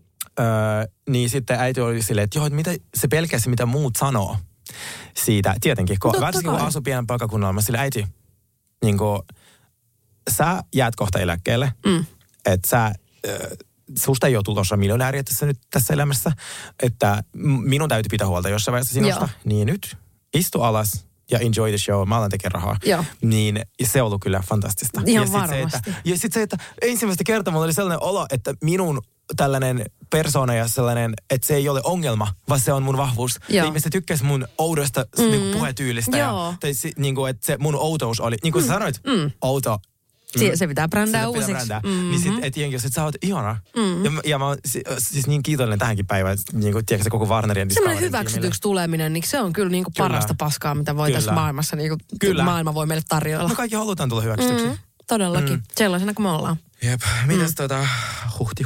S3: niin sitten äiti oli silleen, että joo, että mitä se pelkäsi, mitä muut sanoo siitä. Tietenkin, varsinkin kun asui pienen paikkakunnalla, mä silleen, äiti, niin kuin, sä jäät kohta eläkkeelle, että susta ei ole tulossa miljonääriä tässä elämässä, että minun täytyy pitää huolta jossain vaiheessa sinusta, niin nyt istu alas ja enjoy the show, mä alan tekemään rahaa.
S4: Joo.
S3: Niin se on ollut kyllä fantastista.
S4: Ihan varmasti.
S3: Ja sitten se, että ensimmäistä kertaa mulla oli sellainen olo, että minun tällainen persona ja sellainen, että se ei ole ongelma, vaan se on mun vahvuus. Ja ihmiset tykkäsivät mun oudosta niin puhetyylistä. Ja, niin kuin, että se mun outous oli, niin kuin sä sanoit, outo.
S4: Se pitää brändää uusiksi.
S3: Niin sitten, että jengi, että sä oot ihana. Ja mä oon siis niin kiitollinen tähänkin päivään, niin kuin tiedätkö koko Warnerin Discoverin.
S4: Semmoinen hyväksytyksi tuleminen, niin se on kyllä niin kuin parasta paskaa, mitä voi tässä maailmassa, niin kuin maailma voi meille tarjoilla.
S3: Me kaikki halutaan tulla hyväksytyksi.
S4: Todellakin, sellaisena kuin me ollaan.
S3: Jep, mitäs huhti.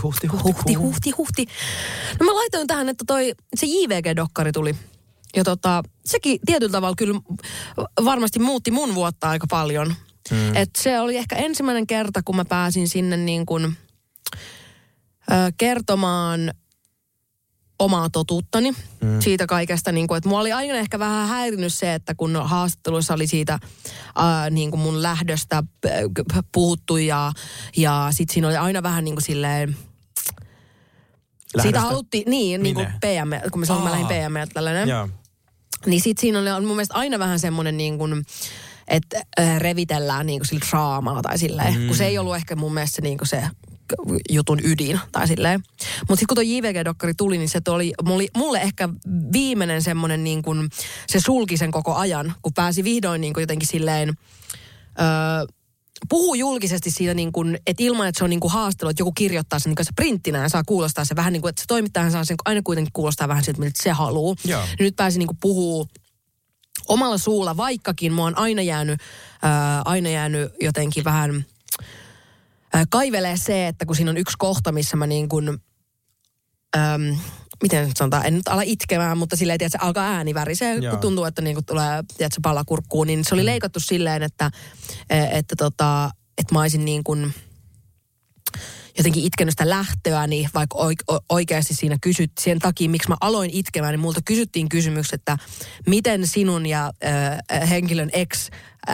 S4: No mä laitoin tähän, että se JVG-dokkari tuli. Ja sekin tietyllä tavalla kyllä varmasti muutti mun vuotta aika paljon. Että se oli ehkä ensimmäinen kerta, kun mä pääsin sinne niin kuin kertomaan omaa totuuttani siitä kaikesta. Niin kuin, että mua oli aina ehkä vähän häirinyt se, että kun haastatteluissa oli siitä niin kuin mun lähdöstä puhuttu ja sit siinä oli aina vähän niin kuin silleen. Siitä haluttiin, niin kuin PM, kun mä lähdin PM:ltä tällainen.
S3: Joo.
S4: Niin sit siinä oli mun mielestä aina vähän semmoinen niin kuin, että revitellään niin kuin sillä draamalla tai silleen. Kun se ei ollut ehkä mun mielestä niin kuin se jutun ydin tai silleen. Mutta sitten kun tuo JVG-dokkari tuli, niin se oli mulle ehkä viimeinen semmoinen niin kuin, se sulki sen koko ajan, kun pääsi vihdoin niin kuin jotenkin silleen puhuu julkisesti siitä niin kuin, että ilman, että se on niin kuin haastelu, että joku kirjoittaa sen niin kuin se printtinä ja saa kuulostaa se vähän niin kuin, että se toimittajahan saa sen aina kuitenkin kuulostaa vähän siltä, miltä se haluaa. Nyt pääsi niin kuin puhuu omalla suulla, vaikkakin mua on aina jäänyt jotenkin vähän kaivelee se, että kun siinä on yksi kohta, missä mä niin kuin, miten sanotaan, en nyt ala itkemään, mutta silleen, että se alkaa ääni värisee, kun tuntuu, että niin kuin tulee, tiedätkö, palla kurkkuun, niin se oli leikattu silleen, että mä olisin niin kuin jotenkin itkenyt sitä lähtöäni, vaikka oikeasti siinä sen takia, miksi mä aloin itkemään, niin multa kysyttiin kysymykset, että miten sinun ja henkilön X,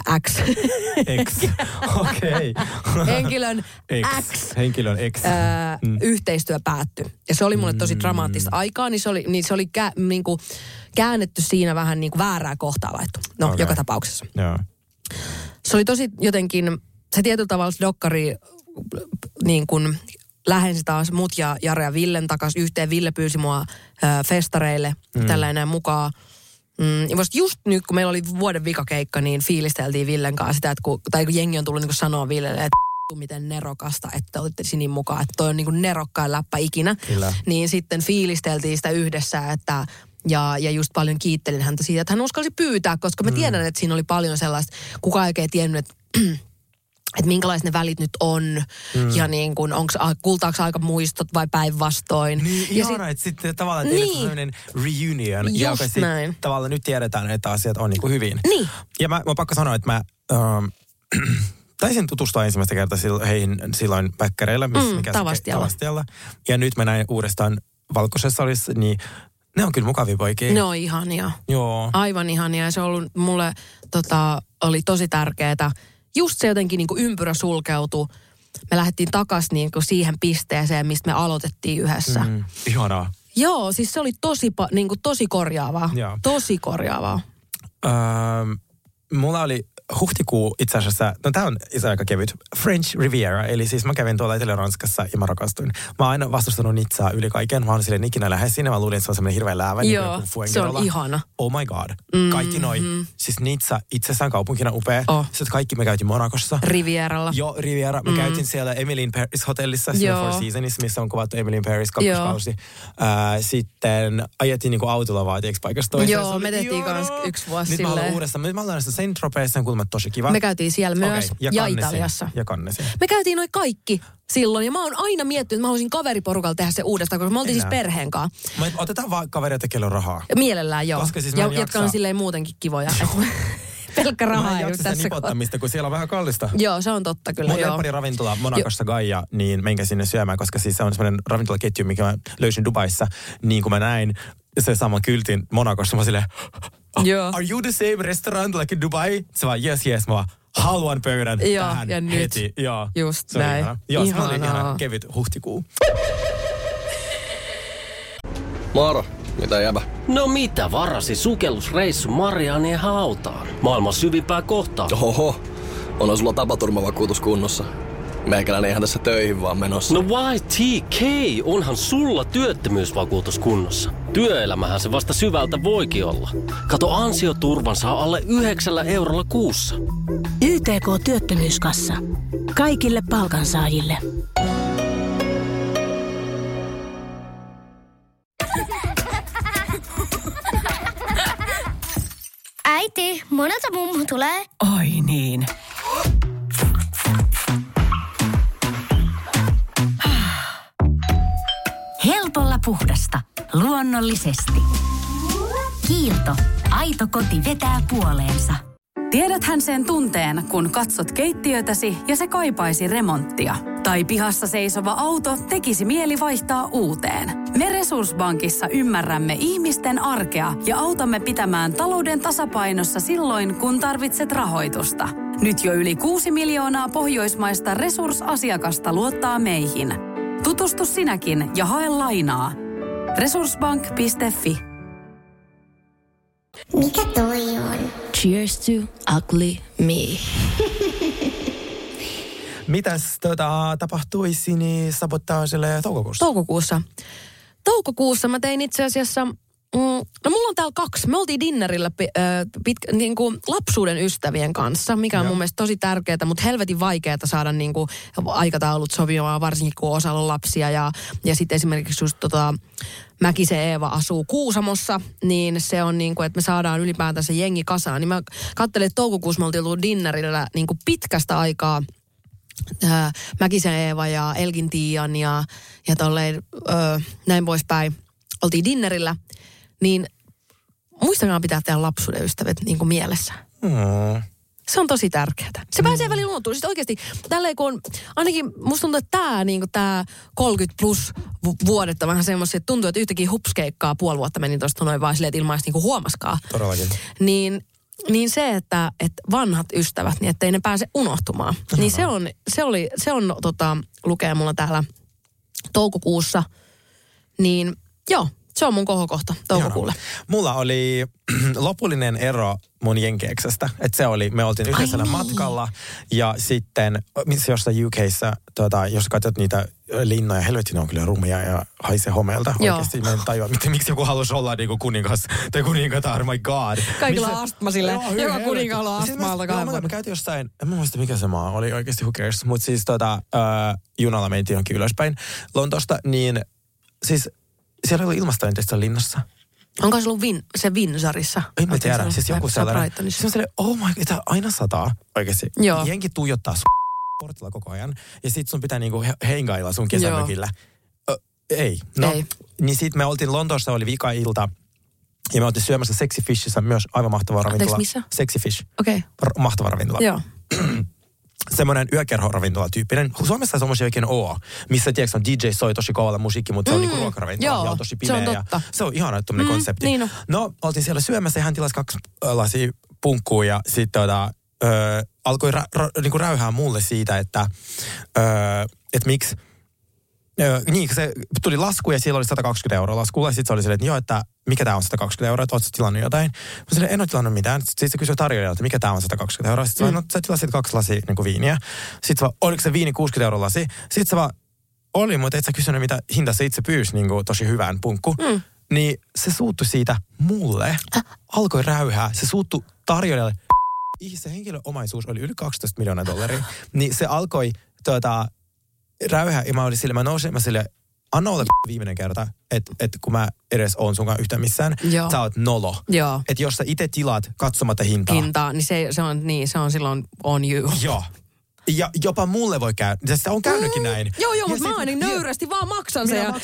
S3: okei.
S4: Henkilön X yhteistyö päättyi. Ja se oli mulle tosi dramaattista aikaa, niin se oli niinku käännetty siinä vähän niinku väärää kohtaa laittu. No, joka tapauksessa.
S3: Joo.
S4: Se oli tosi jotenkin, se tietyllä tavalla dokkari niin kuin lähensi taas mut ja Jare ja Villen takaisin yhteen. Ville pyysi mua festareille tällainen mukaan. Ja vasta just nyt, kun meillä oli vuoden vikakeikka, niin fiilisteltiin Villen kanssa sitä, että kun jengi on tullut niin kuin sanoa Villelle, että miten nerokasta, että otitte Sinin mukaan, että toi on niin kuin nerokkain läppä ikinä. Kyllä. Niin sitten fiilisteltiin sitä yhdessä, että ja just paljon kiittelin häntä siitä, että hän uskalsi pyytää, koska mä tiedän, että siinä oli paljon sellaista, kukaan ei oikein tiennyt, että minkälaiset ne välit nyt on, ja niin kuin, kultaako aika muistot vai päinvastoin.
S3: Niin, ihana, että sitten tavallaan teille on sellainen reunion, ja tavallaan nyt tiedetään, että asiat on niin kuin hyvin.
S4: Niin.
S3: Ja mä pakko sanoa, että mä taisin tutustua ensimmäistä kertaa heihin silloin päkkäreillä, mikä Tavastialla. Ja nyt mä näin uudestaan Valkoisessa salissa, niin ne on kyllä mukavia poikia.
S4: Ne on ihania.
S3: Joo.
S4: Aivan ihania. Ja se on ollut mulle, oli tosi tärkeää. Just se jotenkin niin kuin ympyrä sulkeutui. Me lähdettiin takaisin niin kuin siihen pisteeseen, mistä me aloitettiin yhdessä.
S3: Ihanaa.
S4: Joo, siis se oli tosi korjaavaa. Joo. Tosi korjaavaa.
S3: Mulla oli huhtikuu itse asiassa, no tää on aika kevyt, French Riviera, eli siis mä kävin tuolla Etelä-Ranskassa ja mä rakastuin. Mä oon aina vastustanut Nizzaa yli kaiken, mä oon silleen ikinä lähes sinne, mä luulin, että se on semmoinen hirveä läävä.
S4: Joo, niin se on ihana.
S3: Oh my god, kaikki noi. Siis Nizza itsessään kaupunkina upea. Sitten kaikki me käytiin Monacossa.
S4: Rivieralla.
S3: Joo, Riviera. Me käytiin siellä Emily in Paris hotellissa, siellä Four Seasonissa, missä on kuvattu Emily in Paris kakkoskausi. Sitten ajettiin niinku autolla vaatiiksi paikasta toiseen.
S4: Joo, me tehtiin kans yksi vuosi silleen.
S3: Nyt mä olen uudestaan. Mä olen näistä Saint-Tropezissa, kuulemma tosi kiva.
S4: Me käytiin siellä myös ja Italiassa.
S3: Ja Cannesin.
S4: Me käytiin noi kaikki silloin ja mä oon aina miettinyt, että mä haluaisin kaveriporukalla tehdä se uudestaan, koska me oltiin siis perheen kanssa.
S3: Otetaan vaan kavereita, kello rahaa.
S4: Mielellään joo. Siis ja jotka on silleen muutenkin kivoja. Pelkkä rahaa ei tässä
S3: nipottamista, kun siellä on vähän kallista.
S4: Joo, se on totta kyllä.
S3: Mun lemppari ravintola Monacossa Gaia, niin menkää sinne syömään, koska siis se on semmoinen ravintolaketju, mikä mä löysin Dubaissa. Niin kuin mä näin se sama kyltin Monacossa, mä silleen, are you the same restaurant like in Dubai? Se vaan, yes, mä vaan, haluan pöydän tähän
S4: ja
S3: heti.
S4: Joo, just näin.
S3: Joo, se oli ihan kevyt huhtikuu.
S9: Moro, mitä jäbä?
S2: No mitä, varasi sukellusreissu Marianien hautaan. Maailman syvimpää kohtaa.
S9: Oho, onhan sulla tapaturmavakuutus kunnossa. Meikäläinen ihan tässä töihin vaan menossa.
S2: No YTK, onhan sulla työttömyysvakuutus kunnossa. Työelämähän se vasta syvältä voikin olla. Kato, ansioturvan saa alle 9 eurolla kuussa.
S10: YTK Työttömyyskassa. Kaikille palkansaajille.
S5: Äiti, monelta mummu tulee?
S10: Oi niin.
S7: Helpolla puhdasta. Luonnollisesti. Kiilto. Aito koti vetää puoleensa.
S1: Tiedäthän sen tunteen, kun katsot keittiötäsi ja se kaipaisi remonttia. Tai pihassa seisova auto tekisi mieli vaihtaa uuteen. Me Resurssbankissa ymmärrämme ihmisten arkea ja autamme pitämään talouden tasapainossa silloin, kun tarvitset rahoitusta. Nyt jo yli 6 miljoonaa pohjoismaista Resurss-asiakasta luottaa meihin. Tutustu sinäkin ja hae lainaa. Resurssbank.fi.
S5: Mikä toi on?
S4: Cheers to ugly me.
S3: Mitäs tapahtui sinne sabotaasille toukokuussa?
S4: Toukokuussa mä tein itse asiassa, no mulla on täällä 2. Me oltiin dinnerillä niin kuin lapsuuden ystävien kanssa, mikä on mun mielestä tosi tärkeää, mutta helvetin vaikeaa saada niin kuin aikataulut sovimaan, varsinkin kun osalla on lapsia. Ja sitten esimerkiksi just Mäkisen Eeva asuu Kuusamossa, niin se on niin kuin, että me saadaan ylipäätään se jengi kasaan. Niin mä katselin, että toukokuussa me oltiin ollut dinnerillä niin kuin pitkästä aikaa Mäkisen Eeva ja Elgin Tiian ja tolleen näin poispäin. Oltiin dinnerillä, niin muistakaa pitää tehdä lapsuuden ystävät niin kuin mielessä. Se on tosi tärkeää. Se pääsee välillä unohtuu. Siis oikeasti, tälleen kun on, ainakin musta tuntuu, että tää 30 plus vuodet on vähän semmoisia, että tuntuu, että yhtäkin hupskeikkaa puoli vuotta meni tuosta noin vaan silleen, että ilman edes huomaskaan.
S3: Todellakin.
S4: Niin se, että vanhat ystävät, niin ettei ne pääse unohtumaan. Niin se on lukee mulla täällä toukokuussa. Niin joo, se on mun kohokohta toukokuulle.
S3: Mulla oli lopullinen ero mun jenkeeksestä. Että se oli, me oltiin yhdessä matkalla ja sitten jossain UK:ssa, jos katsot niitä linnoja, helvetti ne on kyllä rumia ja haisee homeelta. Oikeasti mä en tajua, miksi joku haluaisi olla niinku kuningas tai kuningatar, my god.
S4: Kaikilla on astma silleen, joka kuninkaalla on astmaalta 2 vuotta.
S3: Me käytiin jossain, en muista mikä se maa oli oikeasti, who cares. Mutta siis junalla mentiin johonkin ylöspäin Lontoosta, niin siis siellä oli ilmastointeista linnassa.
S4: Onko se ollut se Windsorissa?
S3: En mä tiedä, siis joku sellainen. Se on silleen, oh my god, aina sataa oikeasti.
S4: Joo.
S3: Jenki tuijottaa portilla koko ajan. Ja sit sun pitää niinku hengailla sun kesämökillä. Ei. Niin sit me oltiin Lontoossa, oli vika-ilta. Ja me oltiin syömässä Sexy Fishissä myös aivan mahtava ravintola.
S4: Missä?
S3: Sexy Fish.
S4: Okei.
S3: Mahtava ravintola.
S4: Joo.
S3: Semmoinen yökerhoravintola-tyyppinen. Suomessa semmoisia oikein missä tiedätkö on DJ soi tosi kovalla musiikki, mutta se on niinku ruokaravintola ja on tosi pimeä.
S4: Se on totta.
S3: Se on ihana tommoinen konsepti.
S4: Niin
S3: no, oltiin siellä syömässä ja hän tilasi 2 lasia punkkua ja sitten alkoi niinku räyhää mulle siitä, että miksi. Niin, se tuli lasku ja siellä oli 120 € laskulla. Ja sitten se oli silleen, että joo, että mikä tää on 120 €, että ootko sä tilannut jotain? Mä silleen, en ole tilannut mitään. Sitten se kysyi tarjoajalta, että mikä tää on 120 €. Sitten se no sä tilasit 2 lasia niin kuin viiniä. Sitten vaan, oliko se viini 60 € lasi? Sitten se vaan, oli, mutta et sä kysynyt, mitä hinta se itse pyysi niin kuin tosi hyvään punkku. Niin se suuttui siitä mulle. Alkoi räyhää. Se suuttui tarjoajalle. Se henkilön omaisuus oli yli $12 miljoonaa. Niin se alkoi räyhää, ja mä nousin, mä silleen, anna olla viimeinen kerta, että kun mä edes oon sunkaan yhtään missään, sä oot nolo. Että jos sä itse tilaat katsomatta hintaa.
S4: Niin se on silloin on you.
S3: Joo. Ja jopa mulle voi käydä. Se on käynytkin näin.
S4: Joo, mutta mä niin nöyrästi vaan maksan sen ja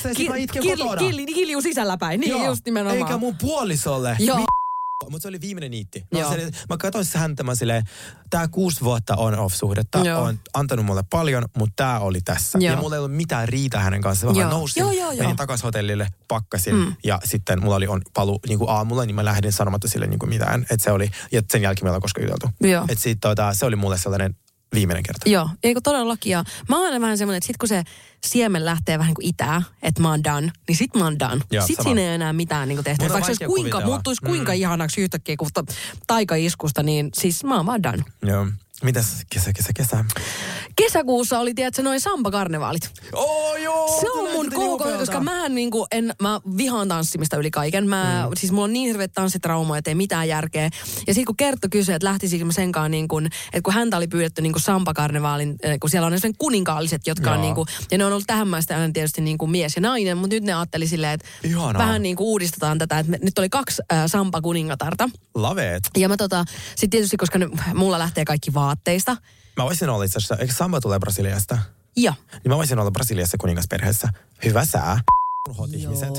S4: kiljuu sisälläpäin. Niin just nimenomaan.
S3: Eikä mun puolisolle.
S4: Joo.
S3: Mutta se oli viimeinen niitti. Mä katsoin häntä, mä silleen, tää 6 vuotta on off-suhdetta, on antanut mulle paljon, mutta tää oli tässä. Ja mulla ei ollut mitään riitä hänen kanssaan, vaan nousin, menin takaisin hotellille, pakkasin, ja sitten mulla oli paluu niin kuin aamulla, niin mä lähdin sanomatta sille niin kuin mitään, että se oli, ja sen jälkeen meillä on koskaan juteltu. Että sit se oli mulle sellainen viimeinen kerta.
S4: Joo, eikö todellakin. Ja mä oon aina vähän semmoinen, että sit kun se siemen lähtee vähän kuin itää, että mä oon done, niin sit mä oon done. Sitten siinä ei enää mitään niin tehtävää. Vaikka se muuttuisi kuinka ihanaksi yhtäkkiä kuin taikaiskusta, niin siis mä oon vaan done.
S3: Joo. Mitäs kesä?
S4: Kesäkuussa oli, tiedätkö, noin Samba-karnevaalit.
S3: Joo!
S4: Se on mun koko, koska mä vihaan tanssimista yli kaiken. Siis mulla on niin hirveet tanssitraumaa, ettei mitään järkeä. Ja sit kun Kerttu kysyi, että lähtisikö mä senkaan niin kuin, että kun häntä oli pyydetty niin kuin Samba-karnevaalin, kun siellä on ne kuninkaalliset, jotka on niin kuin, ja ne on ollut tähän maasta aina tietysti niin kuin mies ja nainen, mutta nyt ne ajatteli silleen, että vähän niin kuin uudistetaan tätä, että nyt oli 2 Samba-kuningatarta.
S3: Love it.
S4: Ja mä sit tietysti, koska mulla lähtee kaikki vaatteista.
S3: Mä voisin olla itse asiassa, eikö Samba tulee Brasiliasta?
S4: Joo.
S3: Niin mä voisin olla Brasiliassa kuningasperheessä. Hyvä sää. Hot ihmiset.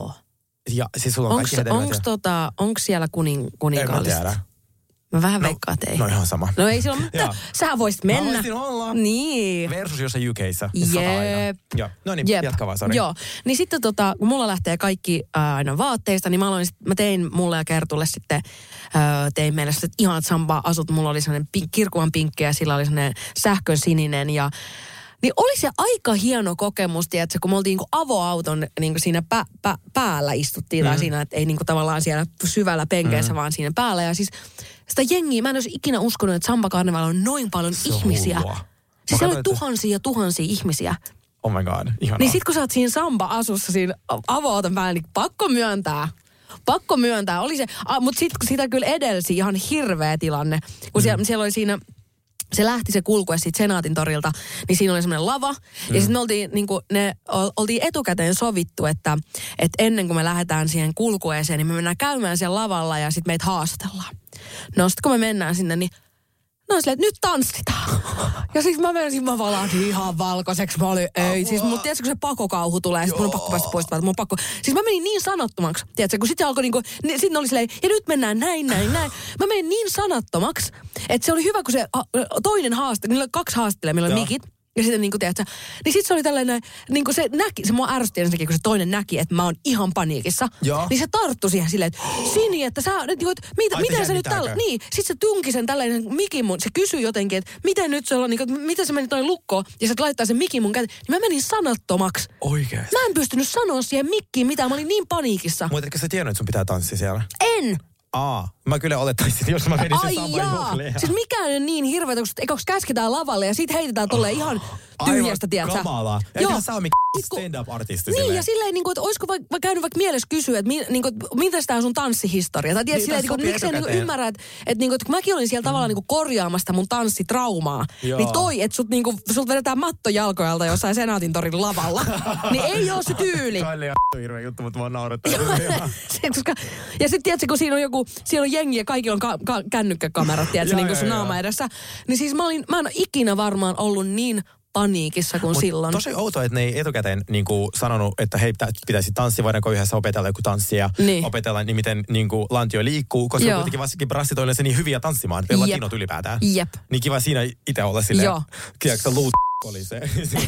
S3: Ja siis sulla on kaikki hedelmät.
S4: Onko siellä kuninkaalliset?
S3: En mä tiedä.
S4: Mä vähän veikkaan, että ei.
S3: No ihan sama.
S4: No ei sillä ole, mutta sähän voisit mennä.
S3: Mä voisin olla.
S4: Niin.
S3: Versus jossain UK:ssa. Joo. No niin, jatka vaan, sori.
S4: Joo. Niin sitten kun mulla lähtee kaikki aina vaatteista, niin mä tein mulle ja Kertulle sitten, tein meille sitten ihanat Samba-asut. Mulla oli sellainen kirkuvan pinkki ja sillä oli sellainen sähkön sininen ja niin oli se aika hieno kokemus, tiedätkö, kun me oltiin niin avoauton niin siinä päällä istuttiin, tai siinä, että ei niin tavallaan siellä syvällä penkeessä, vaan siinä päällä. Ja siis sitä jengiä, mä en olisi ikinä uskonut, että Samba-karnevaalla on noin paljon ihmisiä. Siis siellä oli tuhansia ihmisiä.
S3: Oh my god, ihanaa.
S4: Niin sit kun sä oot siinä Samba-asussa siinä avoauton päällä, niin pakko myöntää. Oli se, mutta sitten sitä kyllä edelsi ihan hirveä tilanne, kun siellä oli siinä. Se lähti se kulkue siitä Senaatin torilta, niin siinä oli semmoinen lava. Ja sitten me oltiin etukäteen sovittu, että ennen kuin me lähdetään siihen kulkueeseen, niin me mennään käymään siellä lavalla ja sitten meitä haastatellaan. No sitten kun me mennään sinne, niin No silleen, että nyt tanssitaan. Ja siis mä valahdin ihan valkoiseksi. Mä olin, ei. Siis mut tiedätkö, kun se pakokauhu tulee, ja sit mun on pakko päästä pois. Mun on pakko. Siis mä menin niin sanattomaksi. Tiedätkö, kun sitten alkoi niinku, sitten oli silleen, ja nyt mennään näin. Mä menin niin sanattomaksi, että se oli hyvä, kun se toinen niillä oli 2 haastattelijaa, millä oli mikit. Ja sitten niinku, tiedätkö, niin sitten se oli tällainen, niinku se näki, se mua ärsytti ensinnäkin, kun se toinen näki, että mä oon ihan paniikissa. Joo. Niin se tarttui siihen silleen, että Sini, että sä, niinku, että miten sä nyt tällä, niin, sitten se tunki sen tällainen mikin mun, se kysyi jotenkin, että miten nyt se on, niinku, miten se meni toi lukkoon, ja se laittaa sen mikin mun käteen, niin mä menin sanattomaksi.
S3: Oikeesti?
S4: Mä en pystynyt sanoa siihen mikkiin mitään, mä olin niin paniikissa.
S3: Mutta etkö sä tiennyt, että sun pitää tanssia siellä?
S4: En!
S3: Mä kyllä olettaisin, jos mä menisin samaan juhliin.
S4: Siis mikään ei ole niin hirveätä, kun käsketään lavalle ja sit heitetään tolleen ihan tyhjästä, tiedätkö?
S3: Aivan kamalaa. Eikä sä ole stand-up-artisti
S4: niin,
S3: silleen.
S4: ja silleen, niin kuin, että olisiko käynyt vaikka mielessä kysyä, että mitä sitä on sun tanssihistoria. Tai tiedät, silleen, että miksi en ymmärrä, että kun mäkin olin siellä tavallaan niin korjaamassa mun tanssitraumaa, niin toi, että sut vedetään matto jalkojalta jossain Senaatintorin lavalla, niin ei ole se tyyli.
S3: Kaille ja hirveä juttu, mutta vaan naurattaa.
S4: Ja sit tiedätkö, kun siinä on jengi ja kaikilla on kännykkäkamerat, tiedätkö, niin kuin sun naama edessä. Niin siis mä en ole ikinä varmaan ollut niin paniikissa kuin silloin.
S3: Tosi outoa, että ne ei etukäteen niinku sanonut, että hei, pitäisi tanssia, voidaanko yhdessä opetella joku tanssia, opetella niin miten niinku lantio liikkuu, koska kuitenkin varsinkin brassitoille on se niin hyviä tanssimaan, että latinot ylipäätään.
S4: Jep.
S3: Niin kiva siinä itse olla silleen, kieläksä luut oli se.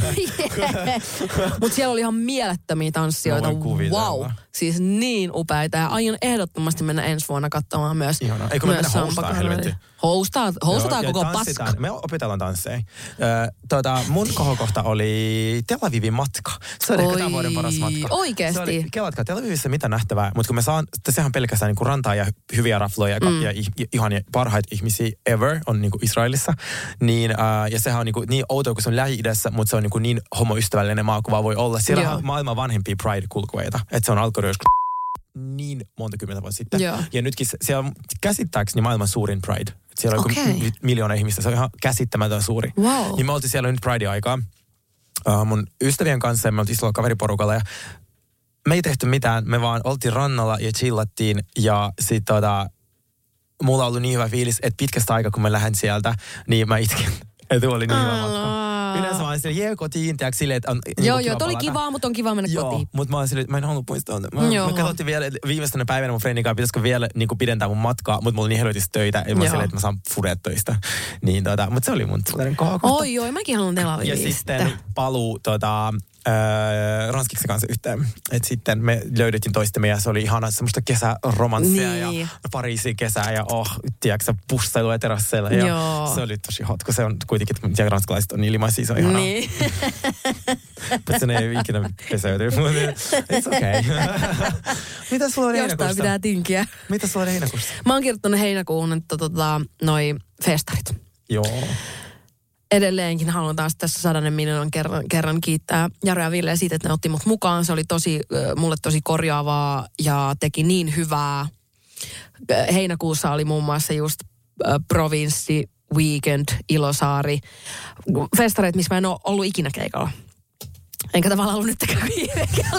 S4: Mutta siellä oli ihan mielettömiä tanssijoita. Wow. Siis niin upeita. Ja aion ehdottomasti mennä ensi vuonna katsomaan myös.
S3: Ihanaa. Eikö me mennä houstaa, helvetti?
S4: Houstataan koko paska.
S3: Me opetellaan tansseja. Mun kohokohta oli Tel Avivin matka. Se oli ehkä tämän vuoden paras matka.
S4: Oikeesti?
S3: Kelatkaa, Tel Avivissä mitä nähtävää. Mutta kun sehän pelkästään niinku rantaa ja hyviä rafloja ja ihania parhaita ihmisiä ever on niinku Israelissa. Niin, ja sehän on niinku niin outoa, kun se on Lähi-idässä, mutta se on niin homoystävällinen maa kuin vaan voi olla. Siellä on maailman vanhempia Pride-kulkueita. Että se on alkanut joskus niin monta kymmentä vuotta sitten. Joo. Ja nytkin siellä on käsittääkseni maailman suurin Pride. Siellä on 1,000,000 ihmistä. Se on ihan käsittämätön suuri.
S4: Wow.
S3: Niin me oltiin siellä nyt Pride-aikaa. Mun ystävien kanssa me oltiin isolla kaveriporukalla ja me ei tehty mitään. Me vaan oltiin rannalla ja chillattiin ja sit mulla on ollut niin hyvä fiilis, että pitkästä aikaa kun mä lähden sieltä, niin mä itken. Että oli niin hyvä matka. Yleensä mä olin silleen, kotiin, tiedätkö, silleen, että on
S4: Joo, oli kiva, mutta on kiva mennä kotiin.
S3: Mutta mä olin silleen, että mä en halua poistaa. Mä katsottiin vielä viimeistänä päivänä mun friendin kanssa, pitäisikö vielä niin kuin pidentää mun matkaa, mutta mulla oli niin helvetissä töitä, ja mä silleen, että mä saan fudet töistä. Niin, mutta se oli mun sellainen kohokohta.
S4: Oi, mäkin haluan Tel Aviviin.
S3: Ja sitten paluu Ranskiksen kanssa yhteen. Että sitten me löydettiin toistemme ja se oli ihana semmoista kesäromanssia ja Pariisin kesää ja tiedätkö, pussailua terasseilla. Ja se oli tosi hot, kun se on kuitenkin, että ranskalaiset on niin limaisia, se on ihanaa. Niin. Mutta sen ei ikinä peseytyy. It's okay. Mitä sulla on heinäkuussa?
S4: Jostain pitää tinkiä.
S3: Mitä sulla on heinäkuussa?
S4: Mä oon kirjoittanut heinäkuun, että noi festarit.
S3: Joo.
S4: Edelleenkin haluan taas tässä 100 miljoonan kerran kiittää Jaro ja Ville siitä, että ne otti mut mukaan. Se oli mulle tosi korjaavaa ja teki niin hyvää. Heinäkuussa oli muun muassa just Provinssi, Weekend, Ilosaari. Festareet, missä mä en ole ollut ikinä keikalla. Enkä tavallaan ollut nytkään keikalla.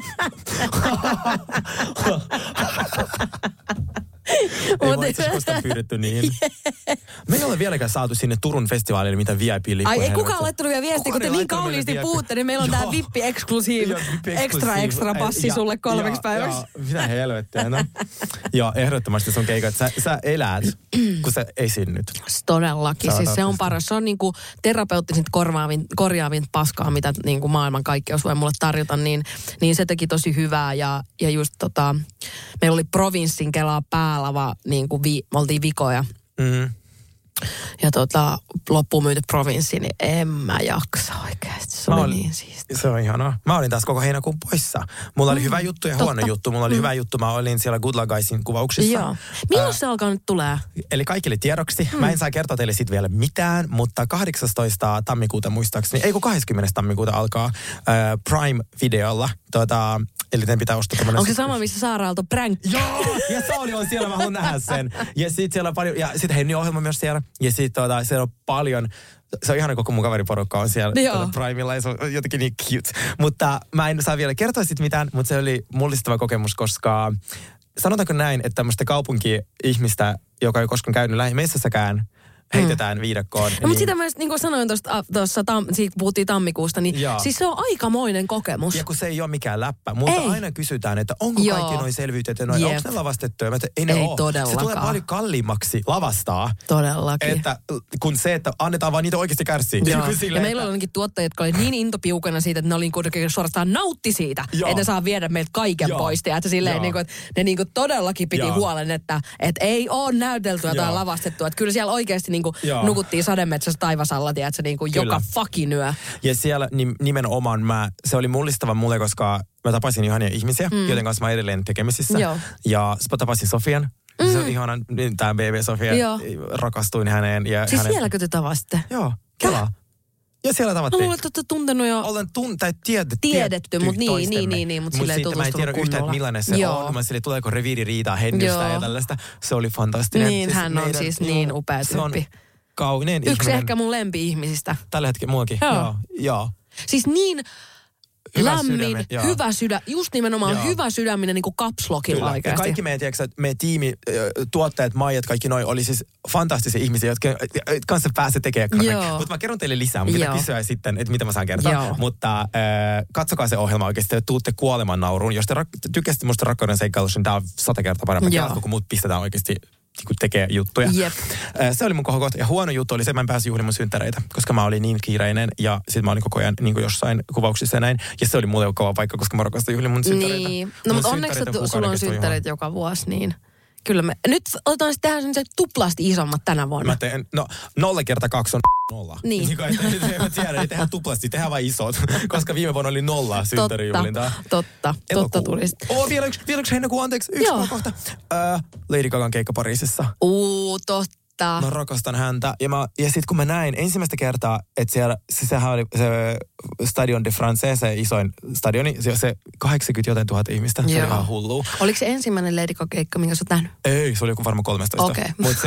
S3: Ei mä itse asiassa koskaan pyydetty niin. Me ei ole vieläkään saatu sinne Turun festivaalille mitään VIP-lippuja.
S4: Ai ei kukaan laittanut vielä viestiä, kun te niin kauniisti puhutte, niin meillä on tää VIP-eksklusiiv. Extra passi sulle 3 päiväksi.
S3: Mitä helvettiä, no. Joo, ehdottomasti sun keikat. Sä elät, kun sä esiinnyt.
S4: Todellakin, siis se on paras. Se on niinku terapeuttisinta korjaavin paskaa, mitä niinku maailmankaikkeus voi mulle tarjota, niin se teki tosi hyvää. Ja just meillä oli Provinssin Kelaa päälava, niinku me oltiin vikoja.
S3: Mm-hmm.
S4: Ja loppuun myyty Provinssi, niin en mä jaksa oikeasti. Se oli niin siistiä.
S3: Se on ihanaa. Mä olin taas koko heinäkuun poissa. Mulla oli hyvä juttu ja huono juttu. Mulla oli hyvä juttu. Mä olin siellä Good Luck Guysin kuvauksissa.
S4: Joo. Milloin se alkaa nyt tulee? Eli
S3: kaikille tiedoksi. Mä en saa kertoa teille sit vielä mitään, mutta 18. tammikuuta muistaakseni, 20. tammikuuta alkaa Prime-videolla. Eli teidän pitää ostaa tämmönen.
S4: Onko se sama, missä Saara Aalto pränkki?
S3: Joo! Ja Sauli on siellä, mä haluan nähdä sen. Ja sit siellä on paljon, ja sit Henni ohjelma myös siellä. Ja sit siellä on paljon, se on ihana koko mun kaveriporukka on siellä Primella ja se on jotenkin niin cute. Mutta mä en saa vielä kertoa sit mitään, mutta se oli mullistava kokemus, koska sanotaanko näin, että tämmöistä kaupunki-ihmistä, joka ei koskaan käynyt lähimessässäkään, heitetään viidakkoon.
S4: No, mutta sitä myös, niin kuin sanoin tuossa, siitä puhuttiin tammikuusta, niin siis se on aikamoinen kokemus.
S3: Ja kun se ei ole mikään läppä. Multa aina kysytään, että onko kaikki noin selvyytet ja noin, onko ne lavastettuja? Ei ne ole.
S4: Todellakaan.
S3: Se tulee paljon kalliimmaksi lavastaa.
S4: Todellakin.
S3: Että, kun se, että annetaan vaan niitä oikeasti kärsii.
S4: Ja meillä on ainakin tuottajia, jotka oli niin intopiukana siitä, että ne oli kuitenkin suorastaan nautti siitä, että ne saa viedä meiltä kaiken pois. Että silleen, niin kuin, että ne niin kuin todellakin piti huolen, että ei ole näyteltyä tai lavastettua. Että kyllä siellä oikeasti niin kuin nukuttiin sademetsässä taivasalla, tiedätkö, niin kuin joka fucking yö. Ja
S3: siellä nimenomaan se oli mullistava mulle, koska mä tapasin ihania ihmisiä, joiden kanssa mä edelleen tekemisissä. Ja tapasin Sofian. Se on ihana, tämä BB Sofia, rakastuin häneen. Ja
S4: siis sielläkö te tavasitte?
S3: Joo, Kela. Ja siellä tavattiin.
S4: Mä luulen, että olette tuntenut jo.
S3: Olen
S4: tiedetty, mutta niin, mutta sille ei tutustunut kunnolla.
S3: Mä en tiedä yhtään, että millainen se on. Mä sille, tuleeko reviiririitaa hennystä ja tällaista. Se oli fantastinen.
S4: Niin, siis hän on siis niin upea tyyppi.
S3: Se on kauneen
S4: yksi
S3: ihminen.
S4: ehkä mun lempi-ihmisistä.
S3: Tällä hetkellä muakin, joo.
S4: Siis niin lämmin, hyvä sydän, just nimenomaan hyvä sydäminen niin kuin kapslokilla oikeasti.
S3: Ja kaikki meidän tiimi, tuottajat, Maijat, kaikki noi oli siis fantastisia ihmisiä, jotka kanssa pääsee tekemään. Mutta mä kerron teille lisää, mutta kysyä sitten, että mitä mä saan kertoa. Mutta katsokaa se ohjelma oikeasti, että tuutte kuoleman nauruun. Jos te tykkäsitte musta Rakkauden seikkailusta, niin tää on 100 kertaa parempi. Kun muut pistetään oikeasti tekee juttuja. Se oli mun kohokohta. Ja huono juttu oli se, että mä en päässyt juhlimaan synttäreitä, koska mä olin niin kiireinen ja sit mä olin koko ajan niin kuin jossain kuvauksissa ja näin. Ja se oli mulle kova paikka, koska mä rakastan juhlimaan mun synttäreitä. Niin.
S4: No mutta onneksi sulla on synttäreet joka vuosi, niin kyllä me... Nyt otetaan sitten tehdä semmoiset tuplasti isommat tänä vuonna.
S3: Mä teen, 0 kertaa 2 on 0.
S4: Niin.
S3: Mä tiedän, niin tehdään tuplasti, tehdään vain isot, koska viime vuonna oli 0 synttärijuhlintaa.
S4: Totta tuli sitten.
S3: Vielä yksi heinäkuu, anteeksi, yksi kohta. Lady Gagan keikka Pariisissa.
S4: Totta.
S3: Mä rakastan häntä. Ja sit kun mä näin ensimmäistä kertaa, että siellä, sehän oli se Stadion de France, se isoin stadioni, se 80 jotain 000 ihmistä. Se oli ihan hullua.
S4: Oliko se ensimmäinen Lady Gaga keikka, minkä sä oot nähnyt?
S3: Ei, se oli joku varmaan 13.
S4: Okei.
S3: Mutta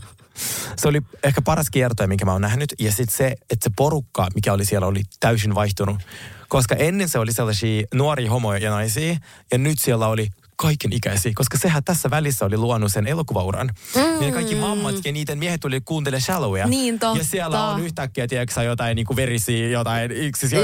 S3: se oli ehkä paras kiertoja, minkä mä oon nähnyt. Ja sitten se, että se porukka, mikä oli siellä, oli täysin vaihtunut. Koska ennen se oli sellaisia nuoria homoja ja naisia. Ja nyt siellä oli kaiken ikäisiä. Koska sehän tässä välissä oli luonut sen elokuvauran. Ja kaikki mammat ja niiden miehet tuli kuuntelemaan Shallowia.
S4: Niin totta.
S3: Ja siellä on yhtäkkiä, tiedätkö jotain niinku verisiä, jotain yksisiä.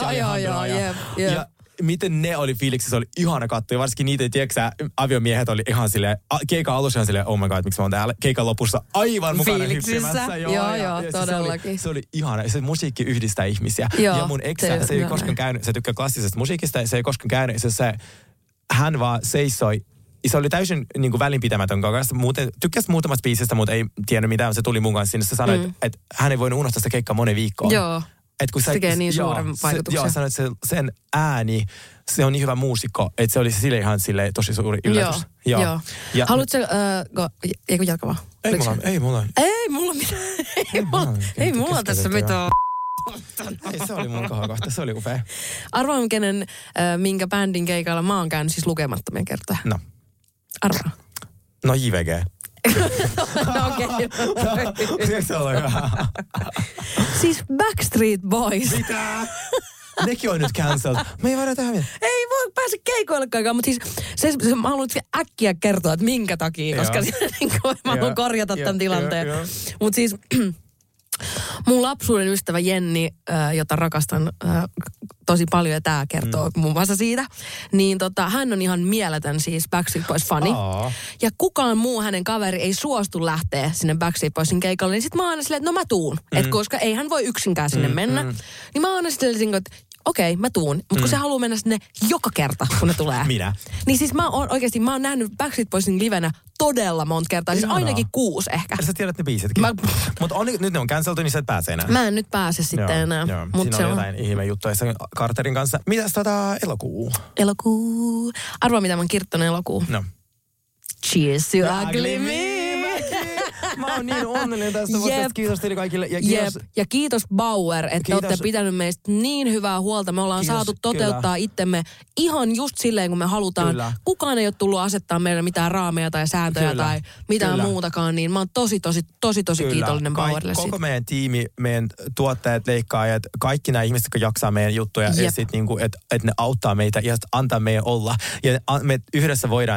S3: Ja miten ne oli fiiliksissä, oli ihana katsoa. Ja varsinkin niitä, tiedätkö aviomiehet oli ihan silleen, keikan alussa ihan silleen, oh my god, miksi mä oon täällä. Keikan lopussa aivan mukana hyppimässä.
S4: Joo, todellakin.
S3: Se oli ihana. Se musiikki yhdistää ihmisiä. Ja mun eksä, se ei koskaan käynyt, se tykkää klassisesta musiikista, se ei koskaan käynyt. Hän vaan seisoi. Se oli täysin niin kuin välinpitämätön kanssa. Tykkäsi muutamasta biisistä, mutta ei tiennyt mitään. Se tuli mun kanssa sinne. Se sanoi, että hän ei voinut unohtaa sitä keikkaa monen viikkoon.
S4: Joo. Se tekee niin suuren vaikutuksen.
S3: Joo, sanoit, että sen ääni, se on niin hyvä muusikko, että se oli sille ihan sille tosi suuri yllätys.
S4: Joo. Haluatko, eikö jatka vaan?
S3: Ei mulla.
S4: Ei mulla tässä mitään.
S3: Ei, se oli mun kohokohta, se oli upea.
S4: Arvaa, minkä bändin keikalla mä oon käynyt siis lukemattomia kertoja.
S3: No.
S4: Arvaa.
S3: No JVG.
S4: Okei.
S3: Se on hyvä.
S4: Siis Backstreet Boys.
S3: Mitä? Nekin on nyt cancelled. Me ei voida tehdä mitään.
S4: Ei voi pääse keikoille kaikaan, mutta siis mä haluan äkkiä kertoa, että minkä takia, koska mä haluan korjata tämän tilanteen. Mutta siis mun lapsuuden ystävä Jenni, jota rakastan tosi paljon ja tää kertoo muun muassa siitä, niin hän on ihan mieletön siis Backstreet Boys-fani. Ja kukaan muu hänen kaveri ei suostu lähteä sinne Backstreet Boysin keikalle, niin sit mä oon aina silleen, että no mä tuun. Et koska ei hän voi yksikään sinne mennä, niin mä oon aina silleen, että okei, mä tuun. Mutta kun se haluaa mennä sinne joka kerta, kun ne tulee.
S3: Minä?
S4: Niin siis mä oon nähnyt Backstreet Boysin livenä todella monta kertaa. Siis ainakin 6 ehkä.
S3: Sä tiedät ne biisitkin. Mutta nyt ne on canceltu, niin sä et pääse enää.
S4: Mä en nyt pääse sitten enää.
S3: Siinä on jotain ihme juttuja Carterin kanssa. Mitäs elokuu?
S4: Elokuu. Arvaa, mitä mä oon kirjoittanut elokuu.
S3: No.
S4: Cheers to ugly me.
S3: Mä oon niin onnellinen tästä vuodesta. Kiitos teille kaikille.
S4: Ja kiitos Bauer, että te olette pitänyt meistä niin hyvää huolta. Me ollaan saatu toteuttaa itsemme ihan just silleen, kun me halutaan. Kyllä. Kukaan ei ole tullut asettaa meille mitään raameja tai sääntöjä tai mitään muutakaan. Niin mä oon tosi kiitollinen Bauerille siitä. Koko
S3: meidän tiimi, meidän tuottajat, leikkaajat, kaikki nämä ihmiset, jotka jaksaa meidän juttuja. Ja sitten niinku, että ne auttaa meitä ja antaa meidän olla. Ja me yhdessä voidaan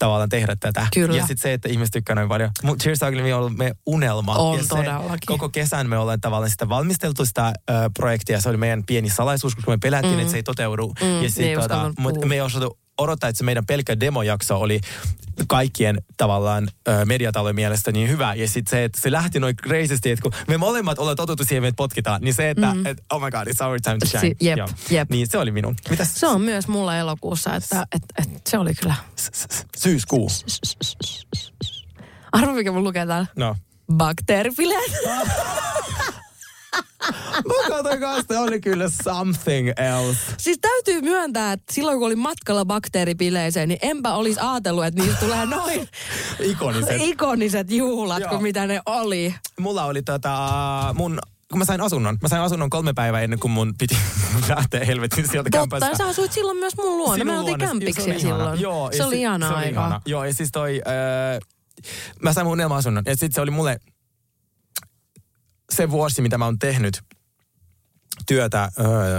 S3: tavallaan tehdä tätä.
S4: Kyllä.
S3: Ja sitten se, että ihmiset tykkää noin paljon. Cheers to Ugly Me on ollut meidän unelma.
S4: On
S3: ja
S4: todellakin.
S3: Koko kesän me ollaan tavallaan sitä valmisteltu sitä projektia. Se oli meidän pieni salaisuus, koska me pelättiin, että se ei toteudu. Ja sitten me ei osattu odottaa, että se meidän pelkkä demojakso oli kaikkien tavallaan mediatalojen mielestä niin hyvä. Ja sitten se, että se lähti noin crazysti, että kun me molemmat ollaan totuttu siihen, että potkitaan, niin se, että oh my god, it's our time to shine.
S4: Jep.
S3: Niin se oli minun. Mitäs?
S4: Se on myös mulla elokuussa, että se oli kyllä.
S3: Syyskuu.
S4: Arvo, mikä mun lukee täällä?
S3: No.
S4: Bakteeripileet.
S3: Mä katsoin kanssa, oli kyllä something else.
S4: Siis täytyy myöntää, että silloin kun olin matkalla bakteeripileeseen, niin enpä olisi ajatellut, että niistä tulee noin ikoniset juhlat, kuin mitä ne oli.
S3: Mulla oli kun mä sain asunnon 3 päivää ennen kuin mun piti lähteä helvetin sieltä kämpästä.
S4: Totta, sä asuit silloin myös mun luona. Me oltiin kämpiksiä silloin.
S3: Joo,
S4: se oli ihana aika.
S3: Joo, ja siis mä sain mun unelma-asunnon. Ja sit se oli mulle se vuosi, mitä mä oon tehnyt työtä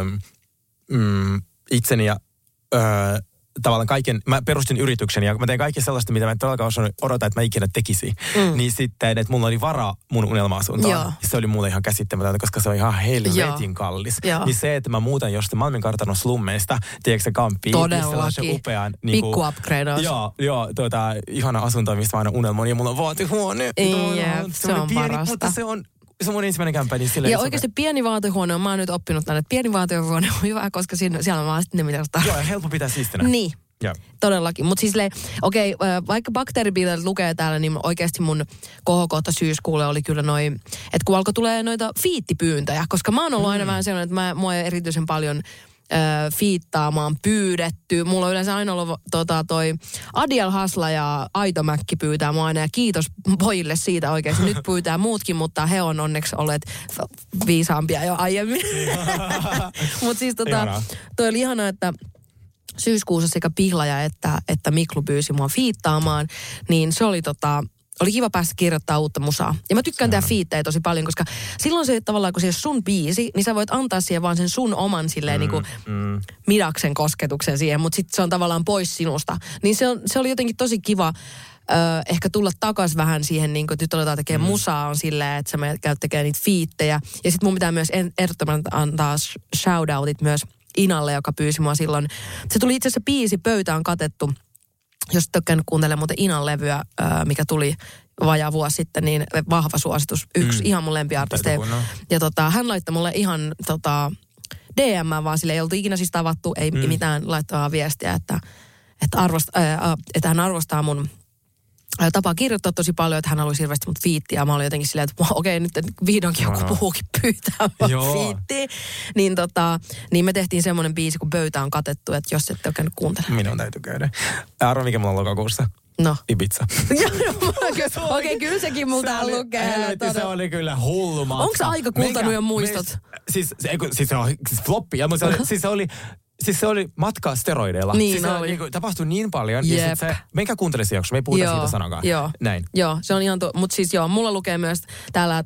S3: itseni ja tavallaan mä perustin yrityksen ja mä tein kaikki sellaista, mitä mä en todellakaan osannut odottaa, että mä ikinä tekisin. Niin sitten, että mulla oli varaa mun unelma-asuntoon. Se oli mulle ihan käsittämätöntä, koska se on ihan helvetin kallis. Niin se, että mä muutan jostain Malminkartanon slummeista, tiedätkö se kamppiin.
S4: Todellakin.
S3: Upean.
S4: Pikku upgradeaus.
S3: Joo, ihana asunto, mistä mä aina unelmoin. Ja mulla on vaatehuone.
S4: Se on parasta.
S3: Mutta se on mun ensimmäinen kämppä, niin sillä
S4: ja oikeasti pieni vaatehuone mä oon nyt oppinut tänne, että pieni vaatehuone on hyvä, koska siellä on vaan sitten ne, mitä ostaa.
S3: Joo, ja helppo pitää siistinä.
S4: Niin. Ja. Todellakin. Mutta siis vaikka bakteeripiileet lukee täällä, niin oikeasti mun kohokohta syyskuulle oli kyllä että kun alkoi tulee noita fiittipyyntöjä, koska mä oon ollut aina vähän sellainen, että mua ei erityisen paljon fiittaamaan pyydetty. Mulla on yleensä aina ollut toi Adiel Hasla ja Aitomäkki pyytää mua aina ja kiitos pojille siitä oikeasti. Nyt pyytää muutkin, mutta he on onneksi olleet viisaampia jo aiemmin. Mutta siis toi oli ihanaa, että syyskuussa sekä Pihlaja että Miklu pyysi mua fiittaamaan, niin se oli oli kiva päästä kirjoittaa uutta musaa. Ja mä tykkään tehdä fiittejä tosi paljon, koska silloin se tavallaan, kun se on sun biisi, niin sä voit antaa siihen vaan sen sun oman silleen niinku midaksen kosketuksen siihen, mutta sitten se on tavallaan pois sinusta. Niin se oli jotenkin tosi kiva ehkä tulla takas vähän siihen, niin kun nyt aletaan tekemään musaa on silleen, että sä käyt tekemään niitä fiittejä. Ja sitten mun pitää myös ehdottomasti antaa shoutoutit myös Inalle, joka pyysi mua silloin. Se tuli itse asiassa biisi Pöytä on katettu. Jos et ole käynyt kuuntelemaan muuten Inan levyä, mikä tuli vajaa vuosi sitten, niin vahva suositus. Yksi ihan mun lempiartisteja. Ja hän laittoi mulle ihan DM vaan sille, ei oltu ikinä siis tavattu, ei mitään laittavaa viestiä, että hän arvostaa mun tapaa kirjoittaa tosi paljon, että hän haluaisi hirveästi mut fiittiä. Ja mä olin jotenkin silleen, että okei, nyt vihdoinkin joku puhuukin pyytää fiittiä. Niin me tehtiin semmoinen biisi, kun Pöytä on katettu, että jos ette ole käynyt kuuntelemaan.
S3: Minun täytyy käydä. Arvo, mikä mulla on lokakuussa?
S4: No.
S3: Ibiza.
S4: Okei, kyllä sekin mulla täällä lukee.
S3: Se oli kyllä hullu matka.
S4: Onko se aika kultanut jo muistot?
S3: Siis se on floppi. Siis se oli matka steroideilla.
S4: Niin
S3: siis
S4: oli.
S3: Tapahtui niin paljon. Yep. Ja sit menkää kuuntele se jakso, me ei puhuta siitä sanakaan.
S4: Joo.
S3: Näin.
S4: Joo, se on ihan mutta siis mulla lukee myös täällä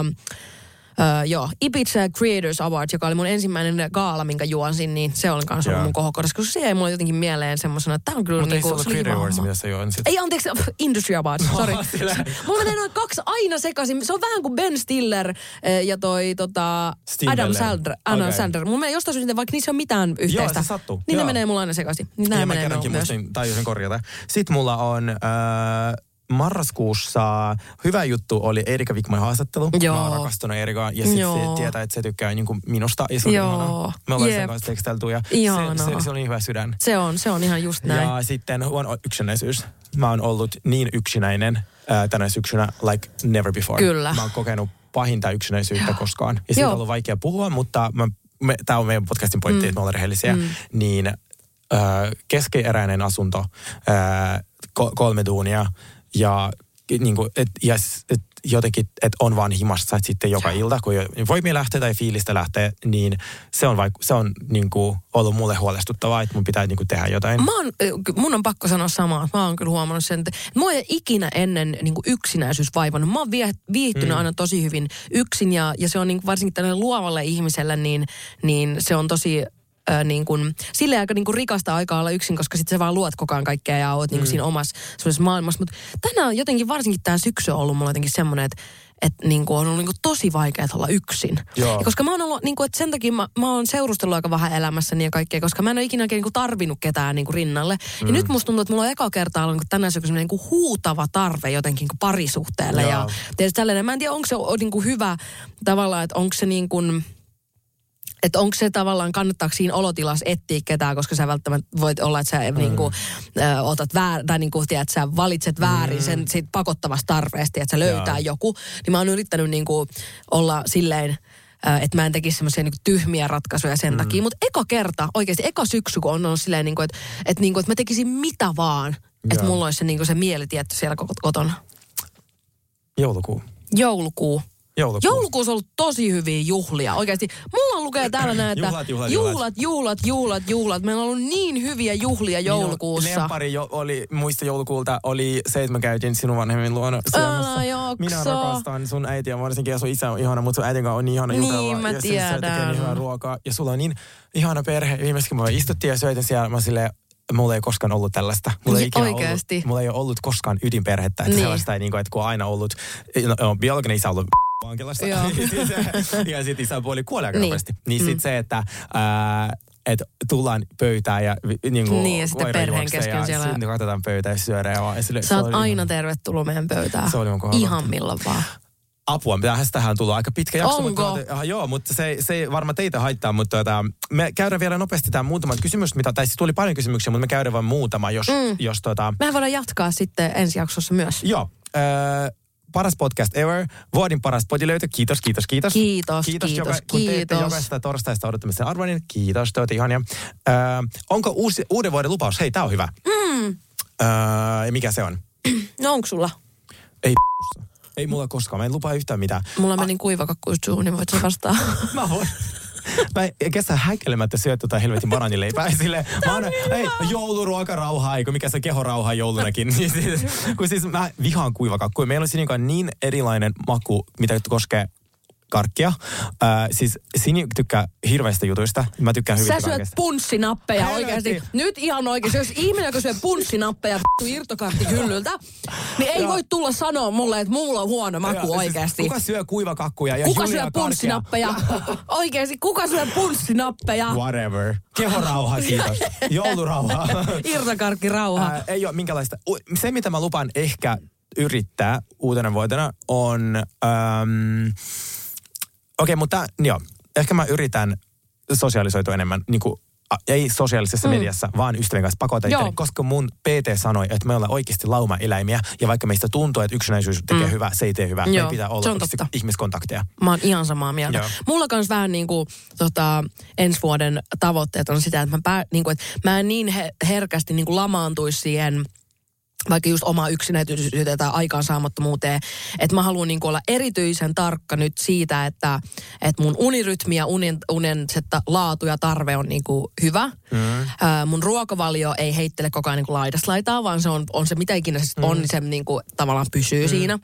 S4: Ibiza Creators Award, joka oli mun ensimmäinen gaala, minkä juonsin, niin se oli kanssa mun kohokohdassa, koska se jäi mulle jotenkin mieleen semmosena, että tää on kyllä
S3: mutta
S4: niinku...
S3: Mutta ei se ollut Creator Awards, mitä sä juonsit?
S4: Ei, anteeksi, Industry Awards, sorry. Mulla menee noin 2 aina sekaisin. Se on vähän kuin Ben Stiller ja toi Adam Sandler. Mulla menee jostain syystä, vaikka niissä on mitään yhteistä.
S3: Joo, se sattuu.
S4: Niin ne menee mulla aina sekaisin. Niin
S3: ja mä kerrankin tajusin korjata. Sitten mulla on... marraskuussa hyvä juttu oli Erika Wikman haastattelu.
S4: Joo.
S3: Mä oon rakastunut Erikaan ja sitten se tietää, että se tykkää niin kuin minusta. Ja se on ihanaa. Me ollaan sen kanssa teksteltu ja se oli hyvä sydän.
S4: Se on ihan just näin.
S3: Ja sitten huono yksinäisyys. Mä oon ollut niin yksinäinen tänä syksynä like never before.
S4: Kyllä.
S3: Mä oon kokenut pahinta yksinäisyyttä koskaan. Ja siitä on ollut vaikea puhua, mutta tää on meidän podcastin pointti, että me ollaan rehellisiä. Niin keskeeräinen asunto, 3 duunia. Ja niinku, jotenkin, että on vaan himassa että sitten joka ilta, kun voimia lähtee tai fiilistä lähtee, niin se on niinku ollut mulle huolestuttavaa, että mun pitää niinku tehdä jotain.
S4: Mun on pakko sanoa samaa. Mä oon kyllä huomannut sen, että mua ei ikinä ennen niinku yksinäisyys vaivannut. Mä oon viihtynyt aina tosi hyvin yksin ja se on niinku varsinkin tällainen luovalle ihmiselle, niin se on tosi niin kuin, silleen aika niin kuin rikasta aikaa olla yksin, koska sitten sä vaan luot koko ajan kaikkea ja oot niin kuin siinä omassa semmoisessa maailmassa. Mutta tänään jotenkin varsinkin tämä syksy on ollut mulla jotenkin semmoinen, että niin kuin on ollut niin kuin tosi vaikea olla yksin. Ja koska mä oon ollut, niin kuin, että sen takia mä oon seurustellut aika vähän elämässäni ja kaikkea, koska mä en ole ikinä niin kuin tarvinnut ketään niin kuin rinnalle. Ja nyt musta tuntuu, että mulla on eka kertaa ollut niin tänä syksynä niin kuin huutava tarve jotenkin niin kuin parisuhteelle. Ja tietysti tällainen, mä en tiedä, onko se niin kuin hyvä tavallaan, että onko se niin kuin... Että onko se tavallaan, kannattaako siinä olotilassa etsiä ketään, koska sä välttämättä voit olla, että sä niinku, otat väärin, tai niinku, tiedät, että sä valitset väärin sen siitä pakottavasta tarpeesta, että sä löytää joku. Niin mä oon yrittänyt niinku olla silleen, että mä en tekisi semmoisia niinku tyhmiä ratkaisuja sen takia. Mutta eka kerta, oikeasti eka syksy, kun on ollut silleen, niinku, että mä tekisin mitä vaan, että mulla olisi se, niinku, se mieli tietty siellä kotona. Joulukuu. Joulukuussa on ollut tosi hyviä juhlia. Oikeasti, mulla lukee täällä näin, että juhlat. Meillä on ollut niin hyviä juhlia joulukuussa.
S3: Lempari oli, muista joulukuulta oli se, että mä käytin sinun vanhemmin luona syömässä. Minä rakastan sun äitiä, varsinkin ja sun isä on ihana, mutta sun äitin kanssa on niin ihana jutella.
S4: Niin, mä tiedän.
S3: Ja se tekee niin hyvää ruokaa. Ja sulla on niin ihana perhe. Viimeiskin mä istuttiin ja syötin siellä, mä silleen, mulla ei koskaan ollut tällaista. Mulla ei ole ollut koskaan ydinperhettä. Että sellaista ei niin kuin, että kun on aina ollut, biologinen isä on ollut vankilassa. Ja sitten isäpuoli kuolee aika nopeasti. Niin sitten se, että tullaan pöytään ja
S4: ja sitten perheen kesken siellä.
S3: Sitten katsotaan pöytään ja syödään.
S4: Sä oot aina tervetullut meidän pöytään.
S3: Se oli
S4: ihan milloin vaan.
S3: Apua, tähän tullut aika pitkä jakso.
S4: Onko?
S3: Mutta se ei varmaan teitä haittaa, mutta me käydään vielä nopeasti tämä muutama kysymys, tai siis tuli paljon kysymyksiä, mutta me käydään vain muutama, jos
S4: Mehän voidaan jatkaa sitten ensi jaksossa myös.
S3: Joo. Paras podcast ever. Vuodin paras podilöytö. Kiitos. Kun teette jokaista torstaista odottamisen arvoinen. Kiitos, te olette ihania. Onko uuden vuoden lupaus? Hei, tää on hyvä. Mikä se on?
S4: No onko sulla?
S3: Ei mulla koskaan. Mä en lupaa yhtään mitään.
S4: Mulla meni kuivakakkuus suuhun, niin voit sä vastaa.
S3: Mä voin. Mä kesän häikkelemättä syöt helvetin bananileipää. Mä oon, jouluruokarauhaa, eikö mikä se kehorauha joulunakin. Kun siis mä vihaan kuivakakkuja. Meillä on siinä niin erilainen maku, mitä koskee karkkia. Siis Sini tykkää hirveistä jutuista. Mä tykkään hyvistä
S4: karkeista. Sä syöt punssinappeja oikeasti. Nyt ihan oikeasti. Jos ihminen, joka syö punssinappeja irtokarttikyllyltä, niin ei voi tulla sanoa mulle, että mulla on huono maku oikeasti.
S3: Siis, kuka syö kuivakakkuja ja
S4: kuka syö punssinappeja? Oikeasti, kuka syö punssinappeja?
S3: Whatever. Kehorauha, kiitos. Joulurauha.
S4: Irtokarkkirauha.
S3: Ei ole minkälaista. Se, mitä mä lupaan ehkä yrittää uutena vuotena, on... Okei, mutta joo. Ehkä mä yritän sosiaalisoitua enemmän, niin kuin, ei sosiaalisessa mediassa, vaan ystävien kanssa pakota itselleen, koska mun PT sanoi, että me ollaan oikeasti laumaeläimiä, ja vaikka meistä tuntuu, että yksinäisyys tekee hyvää, se ei tee hyvää. Meidän pitää olla ihmiskontakteja.
S4: Mä oon ihan samaa mieltä. Joo. Mulla kans vähän niin kuin ensi vuoden tavoitteet on sitä, että mä en niin herkästi niin kuin lamaantuisi siihen, vaikka just omaa yksinäisyyteen tai aikaansaamattomuuteen, että mä haluan niinku olla erityisen tarkka nyt siitä, että mun unirytmi ja unen laatu ja tarve on niinku hyvä. Mun ruokavalio ei heittele koko ajan niinku laidasta laitaa, vaan se on se mitä ikinä se on, niin se niinku tavallaan pysyy siinä.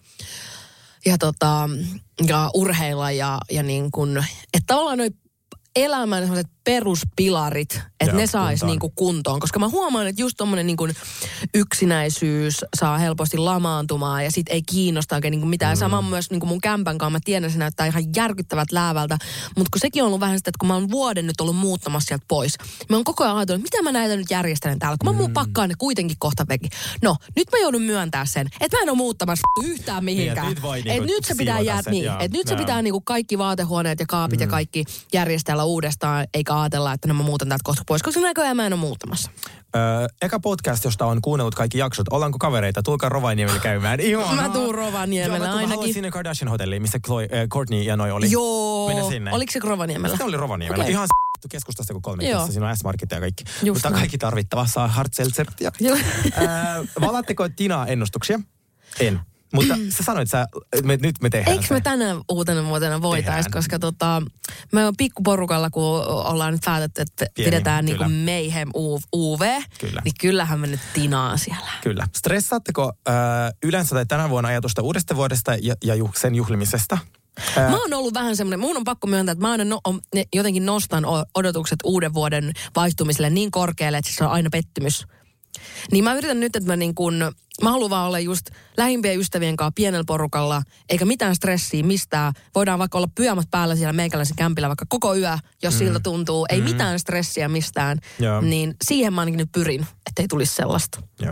S4: Ja urheilla ja niin kuin, että tavallaan noi elämän sellaiset peruspilarit, että ne sais niinku kuntoon. Koska mä huomaan, että just tommonen niinku yksinäisyys saa helposti lamaantumaan ja sit ei kiinnosta oikein niinku mitään. Sama myös niinku mun kämpän kanssa, mä tiedän, se näyttää ihan järkyttävät läävältä. Mutta kun sekin on ollut vähän sitä, että kun mä oon vuoden nyt ollut muuttamassa sieltä pois, mä oon koko ajan ajatellut, mitä mä näitä nyt järjestelen täällä, kun mä pakkaan ne kuitenkin kohta veki. No, nyt mä joudun myöntää sen, että mä en oo muuttamassa yhtään mihinkään. Että nyt se pitää nyt se pitää niinku kaikki vaatehuoneet ja kaapit ja kaikki järjestellä uudestaan, eikä ajatella, että mä muutan täältä kohta pois, koska näköjään mä en ole muuttamassa.
S3: Eka podcast, josta on kuunnellut kaikki jaksot. Ollaanko kavereita? Tulkaa Rovaniemelle käymään.
S4: Mä tuun Rovaniemelle ainakin. Mä
S3: haluan sinne Kardashian-hotelliin, missä Kourtney ja noi oli.
S4: Joo. Oliko se Rovaniemellä?
S3: Se oli Rovaniemellä. Okay. Ihan keskustasta kuin 3 missä. Siinä on S-Market ja kaikki.
S4: Just
S3: mutta kaikki tarvittava. Saa Hartseltsertia. Valaatteko Tinaa ennustuksia? En. Mutta sä sanoit, nyt me tehdään.
S4: Eikö me tänä uutena vuotena voitaisiin, koska me on pikkuporukalla, kun ollaan nyt päätetty, että pidetään niinku Mayhem UV, niin kyllähän me nyt Tinaa siellä.
S3: Kyllä. Stressaatteko yleensä tai tänä vuonna ajatusta uudesta vuodesta ja sen juhlimisesta?
S4: Mä oon ollut vähän semmoinen, mun on pakko myöntää, että mä aina jotenkin nostan odotukset uuden vuoden vaihtumiselle niin korkealle, että se on aina pettymys. Niin mä yritän nyt, että mä haluan vaan olla just lähimpien ystävien kanssa pienellä porukalla, eikä mitään stressiä mistään. Voidaan vaikka olla pyömät päällä siellä meikäläisen kämpillä vaikka koko yö, jos siltä tuntuu. Ei mitään stressiä mistään. Joo. Niin siihen mä ainakin nyt pyrin, ettei tulisi sellaista. Joo.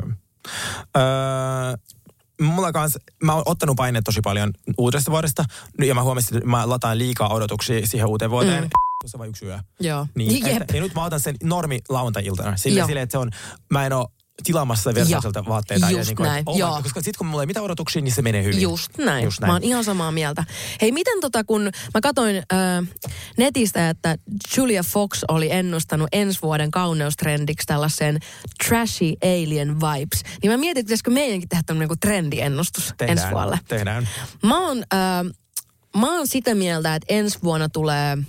S3: Mulla kanssa, mä oon ottanut paineet tosi paljon uudesta vuodesta, ja mä huomasin, että mä lataan liikaa odotuksia siihen uuteen vuoteen. Se vain yksi yö.
S4: Joo.
S3: Niin, ja nyt mä otan sen normi lauantai-iltana. Sille, että se on, mä en oo tilaamassa Versaalta vaatteita.
S4: Just
S3: ja
S4: näin,
S3: joo. Koska sit kun mulla ei mitään odotuksia, niin se menee hyvin.
S4: Just näin. Mä oon ihan samaa mieltä. Hei, miten kun mä katsoin netistä, että Julia Fox oli ennustanut ensi vuoden kauneustrendiksi tällaisen trashy alien vibes, niin mä mietin, että pitäisikö meidänkin tehdä tämmöinen kuin trendiennustus ensi vuodelle.
S3: Tehdään.
S4: Mä oon sitä mieltä, että ensi vuonna tulee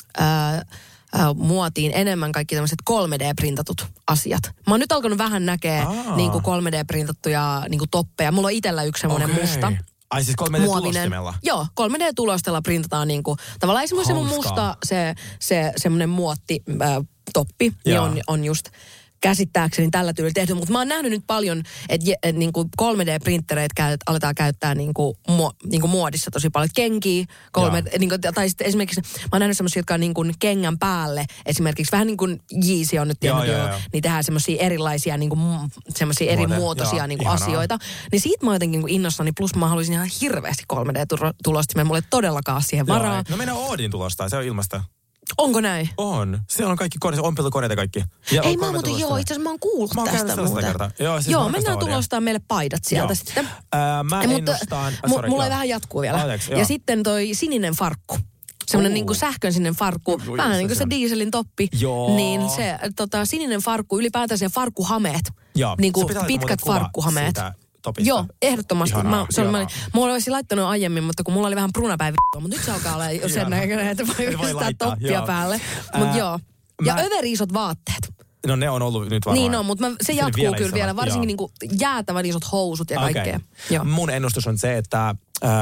S4: muotiin enemmän kaikki tämmöiset 3D-printatut asiat. Mä oon nyt alkanut vähän näkee niin kuin 3D-printattuja niin kuin toppeja. Mulla on itsellä yksi semmoinen musta.
S3: Ai siis 3D-tulostimella?
S4: Joo, 3D-tulostella printataan niin kuin, tavallaan esimerkiksi mun musta se semmoinen muotti toppi, niin on just käsittääkseni tällä tyylillä tehty, mutta mä oon nähnyt nyt paljon, että niinku 3D-printtereitä aletaan käyttää niinku muodissa tosi paljon. Kenkiä, tai sitten esimerkiksi mä oon nähnyt semmoisia, jotka on niinku kengän päälle, esimerkiksi vähän niin kuin Yeezy on nyt tehnyt niin tehdään semmoisia erilaisia niinku semmoisia eri muotoisia niinku asioita. Niin siitä mä oon jotenkin innossani, plus mä haluaisin ihan hirveästi 3D-tulostimia, mulla ei todellakaan siihen varaa.
S3: No mennään Oodin tulostaa, se on ilmasta.
S4: Onko näin?
S3: On. Siellä on kaikki koneet, ompelukoneet ja kaikki. Ja
S4: ei mä muuten, itse asiassa mä oon kuullut tästä muuten. Joo, mennään tulostaa meille paidat sieltä sitten.
S3: Mä ennustaan.
S4: Mulla ei vähän jatkuu vielä. Ja sitten toi sininen farkku. Semmoinen niinku sähkön sininen farkku. Vähän niin kuin se dieselin toppi. Joo. Niin se sininen farkku, ylipäätään se farkkuhameet. Niinku pitkät farkkuhameet. Topista. Joo, ehdottomasti. Mulla olisi laittanut aiemmin, mutta kun mulla oli vähän prunapäivä, mutta nyt se alkaa olla jo sen näköinen, että voi pistää toppia päälle. Mutta joo. Ja överi-isot vaatteet.
S3: No ne on ollut nyt varmaan.
S4: Niin on, mutta se jatkuu kyllä vielä. Varsinkin niinku jäätävän isot housut ja kaikkea.
S3: Joo. Mun ennustus on se, että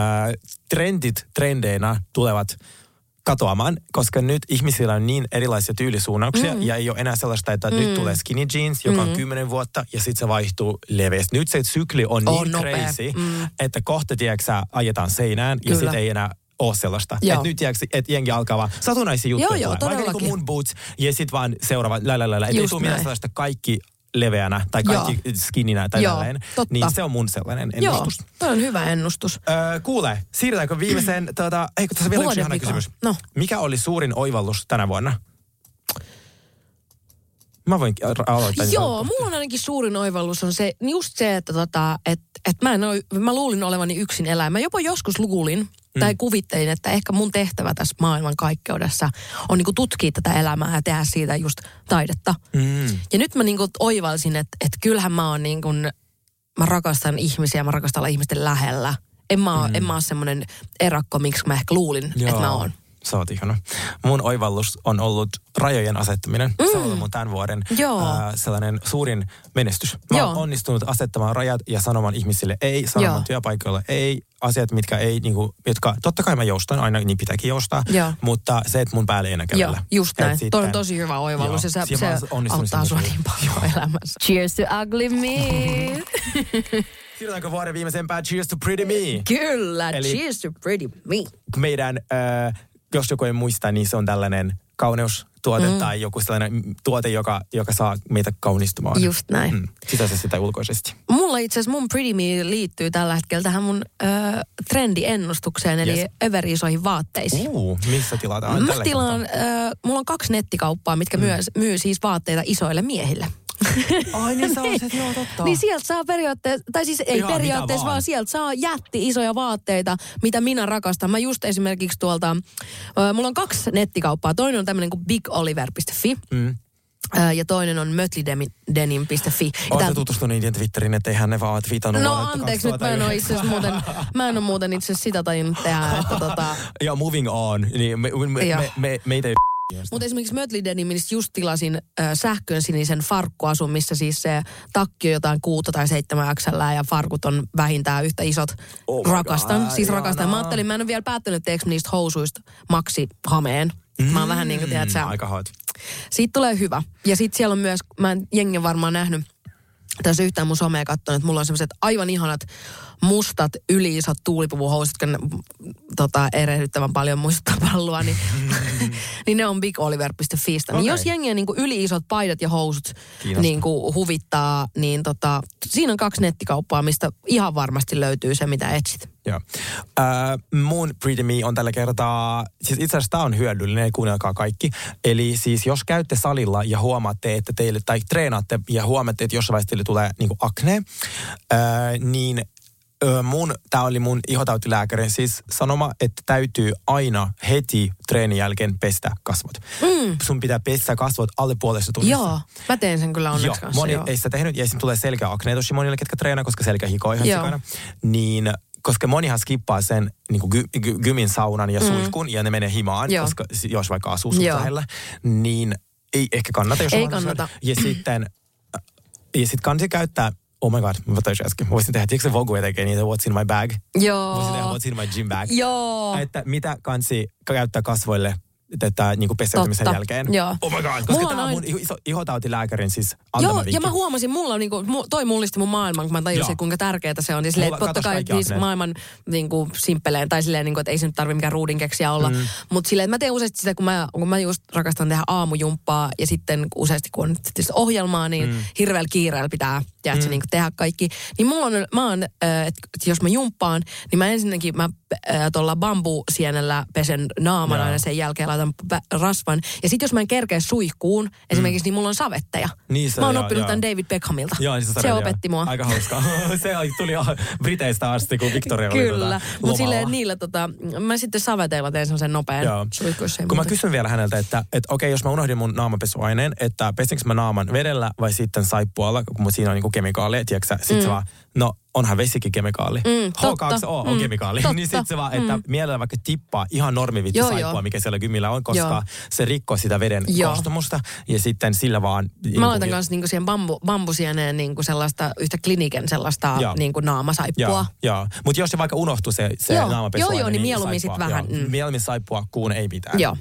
S3: trendeinä tulevat katoamaan, koska nyt ihmisillä on niin erilaisia tyylisuunnauksia ja ei ole enää sellaista, että nyt tulee skinny jeans, joka on 10 vuotta ja sitten se vaihtuu leveästi. Nyt se sykli on niin crazy, että kohta, tiedätkö, ajetaan seinään ja sitten ei enää ole sellaista. Että nyt että jengi alkaa vaan satunnaisia juttuja.
S4: Joo, todellakin.
S3: Vaikka niin kuin mun boots ja sitten vaan seuraava että ei tule mitään sellaista kaikki leveänä tai kaikki skinninä tai tälleen. Niin se on mun sellainen ennustus.
S4: Joo, toi on hyvä ennustus.
S3: Kuule, siirrytäänkö viimeiseen, eikö tässä vielä yksi ihana kysymys. No. Mikä oli suurin oivallus tänä vuonna? Mä voin aloittaa.
S4: Joo, mulla on ainakin suurin oivallus on se, just se, että mä luulin olevani yksin elämä. Jopa joskus luulin tai kuvittelin, että ehkä mun tehtävä tässä maailmankaikkeudessa on niinku tutkia tätä elämää ja tehdä siitä just taidetta. Ja nyt mä niinku oivalsin, että kyllähän mä oon niinku, mä rakastan ihmisiä, mä rakastan olla ihmisten lähellä. En mä oo semmonen erakko, miksi mä ehkä luulin, että mä oon.
S3: Sä oot ihana. Mun oivallus on ollut rajojen asettaminen. Se on ollut mun tämän vuoden sellainen suurin menestys. Mä oon onnistunut asettamaan rajat ja sanomaan ihmisille ei, sanomaan työpaikoilla ei, asiat, mitkä ei, niinku, jotka totta kai mä joustan, aina niin pitääkin joustaa, mutta se, että mun päälle ei enää kävellä.
S4: Joo, just näin. Toi on tosi hyvä oivallus ja se auttaa sua niin paljon elämässä. Cheers to ugly me.
S3: Siirrytäänkö vuoden viimeisempään Cheers to Pretty Me?
S4: Kyllä, eli Cheers to Pretty Me.
S3: Meidän, jos joku ei muista, niin se on tällainen kauneustuote tai joku sellainen tuote, joka saa meitä kaunistumaan.
S4: Just näin.
S3: Sisäisesti tai ulkoisesti.
S4: Mulla itse asiassa mun Pretty Me liittyy tällä hetkellä tähän mun trendiennustukseen, eli överi-isoihin vaatteisiin.
S3: Missä tilataan?
S4: Mä tilaan, mulla on 2 nettikauppaa, mitkä myy siis vaatteita isoille miehille.
S3: Ai niin sä olet, joo totta.
S4: Niin sieltä saa periaatteessa, tai siis ei periaatteessa, vaan sieltä saa isoja vaatteita, mitä minä rakastan. Mä just esimerkiksi tuolta, mulla on 2 nettikauppaa. Toinen on tämmöinen kuin bigoliver.fi. Ja toinen on mötlidenim.fi.
S3: Oletko tutustunut niiden Twitteriin, että eihän ne vaan twiitannut?
S4: No anteeksi, nyt mä en ole muuten itse asiassa sitä tajunnut tehdä. Että
S3: Ja moving on, niin meitä ei
S4: Mutta esimerkiksi Mötley Denimistä just tilasin sähköön sinisen farkkuasun, missä siis se takki on jotain 6 tai 7 XL ja farkut on vähintään yhtä isot. Rakastan. Mä ajattelin, mä en ole vielä päättänyt, että teekö niistä housuista maksihameen. Mä oon vähän niin kuin, tiedät sä.
S3: Aika hot.
S4: Siitä tulee hyvä. Ja sit siellä on myös, mä en jengen varmaan nähnyt, tässä yhtään mun somea katsonut, että mulla on sellaiset aivan ihanat mustat yliisot tuulipuvuhousut, jotka erehdyttävän paljon muistuttaa palloa, niin ne on bigoliver.fiistä. Niin jos jengiä niin kuin yliisot paidat ja housut niin kuin huvittaa, niin siinä on 2 nettikauppaa, mistä ihan varmasti löytyy se, mitä etsit.
S3: Joo. Mun Pretty Me on tällä kertaa, siis itse asiassa tämä on hyödyllinen, kuunnelkaa kaikki. Eli siis jos käytte salilla ja huomaatte, että teille, tai treenaatte ja huomaatte, että jossain vaiheessa teille tulee niin kuin akne, niin tämä oli mun ihotautilääkärin siis sanoma, että täytyy aina heti treenin jälkeen pestä kasvot. Sun pitää pestä kasvot alle 1,5 tunnissa.
S4: Joo, mä teen sen kyllä onneksi kanssa.
S3: Moni ei sitä tehnyt ja sitten tulee selkäakne tosi monille, ketkä treenaa, koska selkähiko on ihan sikana. Niin koska monihan skippaa sen niin kuin gymin saunan ja suihkun ja ne menee himaan, koska jos vaikka asuu sun lähellä, niin ei ehkä kannata, jos
S4: ei kannata.
S3: Ja sitten kansi käyttää, oh my god, mä taisin äsken. Voisin tehdä, tiedätkö se Vogue tekee niitä what's in my bag?
S4: Joo.
S3: Voisin tehdä what's in my gym bag.
S4: Joo.
S3: Että mitä kansi käyttää kasvoille tätä niin kuin peseytymisen jälkeen.
S4: Joo.
S3: Oh my god, koska tämä on mun ihotautilääkärin siis antama vinkki.
S4: Ja mä huomasin, mulla on niinku, toi mullisti mun maailman, kun mä tajusin, kuinka tärkeää se on. Ja silleen, että totta kai siis maailman niinku simppeleen, tai silleen, niinku, että ei se nyt tarvitse mikään ruudinkeksiä olla. Mutta silleen, että mä teen useasti sitä, kun mä just rakastan tehdä aamujumppaa, ja sitten useasti kun on ohjelmaa, niin hirveällä kiireellä pitää niinku tehdä kaikki. Niin että jos mä jumppaan, niin mä ensinnäkin tuolla bambusienellä pesen naaman aina sen jälkeen laitan rasvan. Ja sitten jos mä en kerkeä suihkuun, esimerkiksi, niin mulla on savetteja. Niin mä oon oppinut tämän David Beckhamilta.
S3: Joo,
S4: se opetti mua.
S3: Aika hauskaa. Se tuli Briteistä asti, kun Victoria oli
S4: kyllä. Mutta silleen niillä, mä sitten saveteilla tein semmoisen nopean suihkuissa.
S3: Kun mä kysyn vielä häneltä, että okei, jos mä unohdin mun naamapesuaineen, että pesinkö mä naaman vedellä vai sitten saippualla, kun siinä on niinku kemikaaleja, tiedätkö sä? Sitten se vaan, no onhan vesikin kemikaali. H2O on kemikaali. Niin sit se vaan, että mielellä vaikka tippaa ihan normivittu saippua, mikä siellä gymillä on, koska se rikkoo sitä veden koostumusta. Ja sitten sillä vaan...
S4: Mä laitan kanssa niinku siihen bambusieneen niinku sellaista yhtä kliniken sellaista niinku naamasaippua.
S3: Joo. Mutta jos se vaikka unohtuu se naamapesuaine,
S4: niin mieluummin sit vähän.
S3: Mieluummin saippua, kuun ei mitään.
S4: Joo.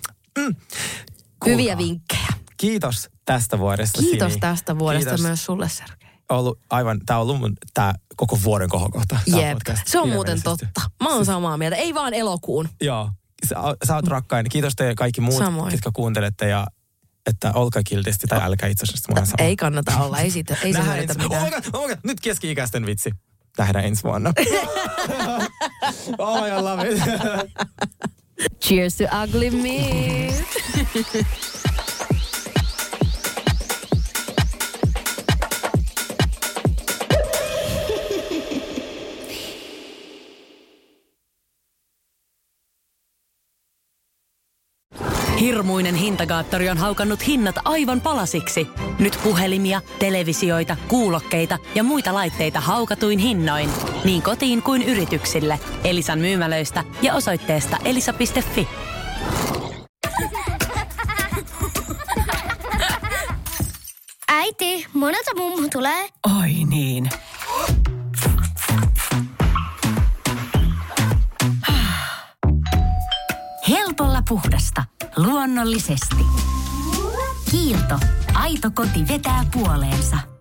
S4: Hyviä vinkkejä.
S3: Kiitos tästä vuodesta,
S4: Kiitos
S3: Sini.
S4: tästä vuodesta myös sulle, Sergei.
S3: Tämä on ollut tämä koko vuoden kohokohta.
S4: Jep, se on muuten totta. Mä oon samaa mieltä, ei vaan elokuun.
S3: Joo, sä oot rakkain. Kiitos teille kaikki muut, jotka kuuntelette ja että olkaa kiltisti tai älkää itse asiassa.
S4: Ei kannata olla, ei se hyödytä mitään.
S3: Oh my God, nyt keski-ikäisten vitsi. Nähdään ensi vuonna. Oh, I love it.
S4: Cheers to ugly me.
S1: Hirmuinen hintakaattori on haukannut hinnat aivan palasiksi. Nyt puhelimia, televisioita, kuulokkeita ja muita laitteita haukatuin hinnoin. Niin kotiin kuin yrityksille. Elisan myymälöistä ja osoitteesta elisa.fi.
S5: Äiti, monelta mummu tulee?
S10: Oi niin.
S7: Helpolla puhdasta. Luonnollisesti. Kiilto. Aito koti vetää puoleensa.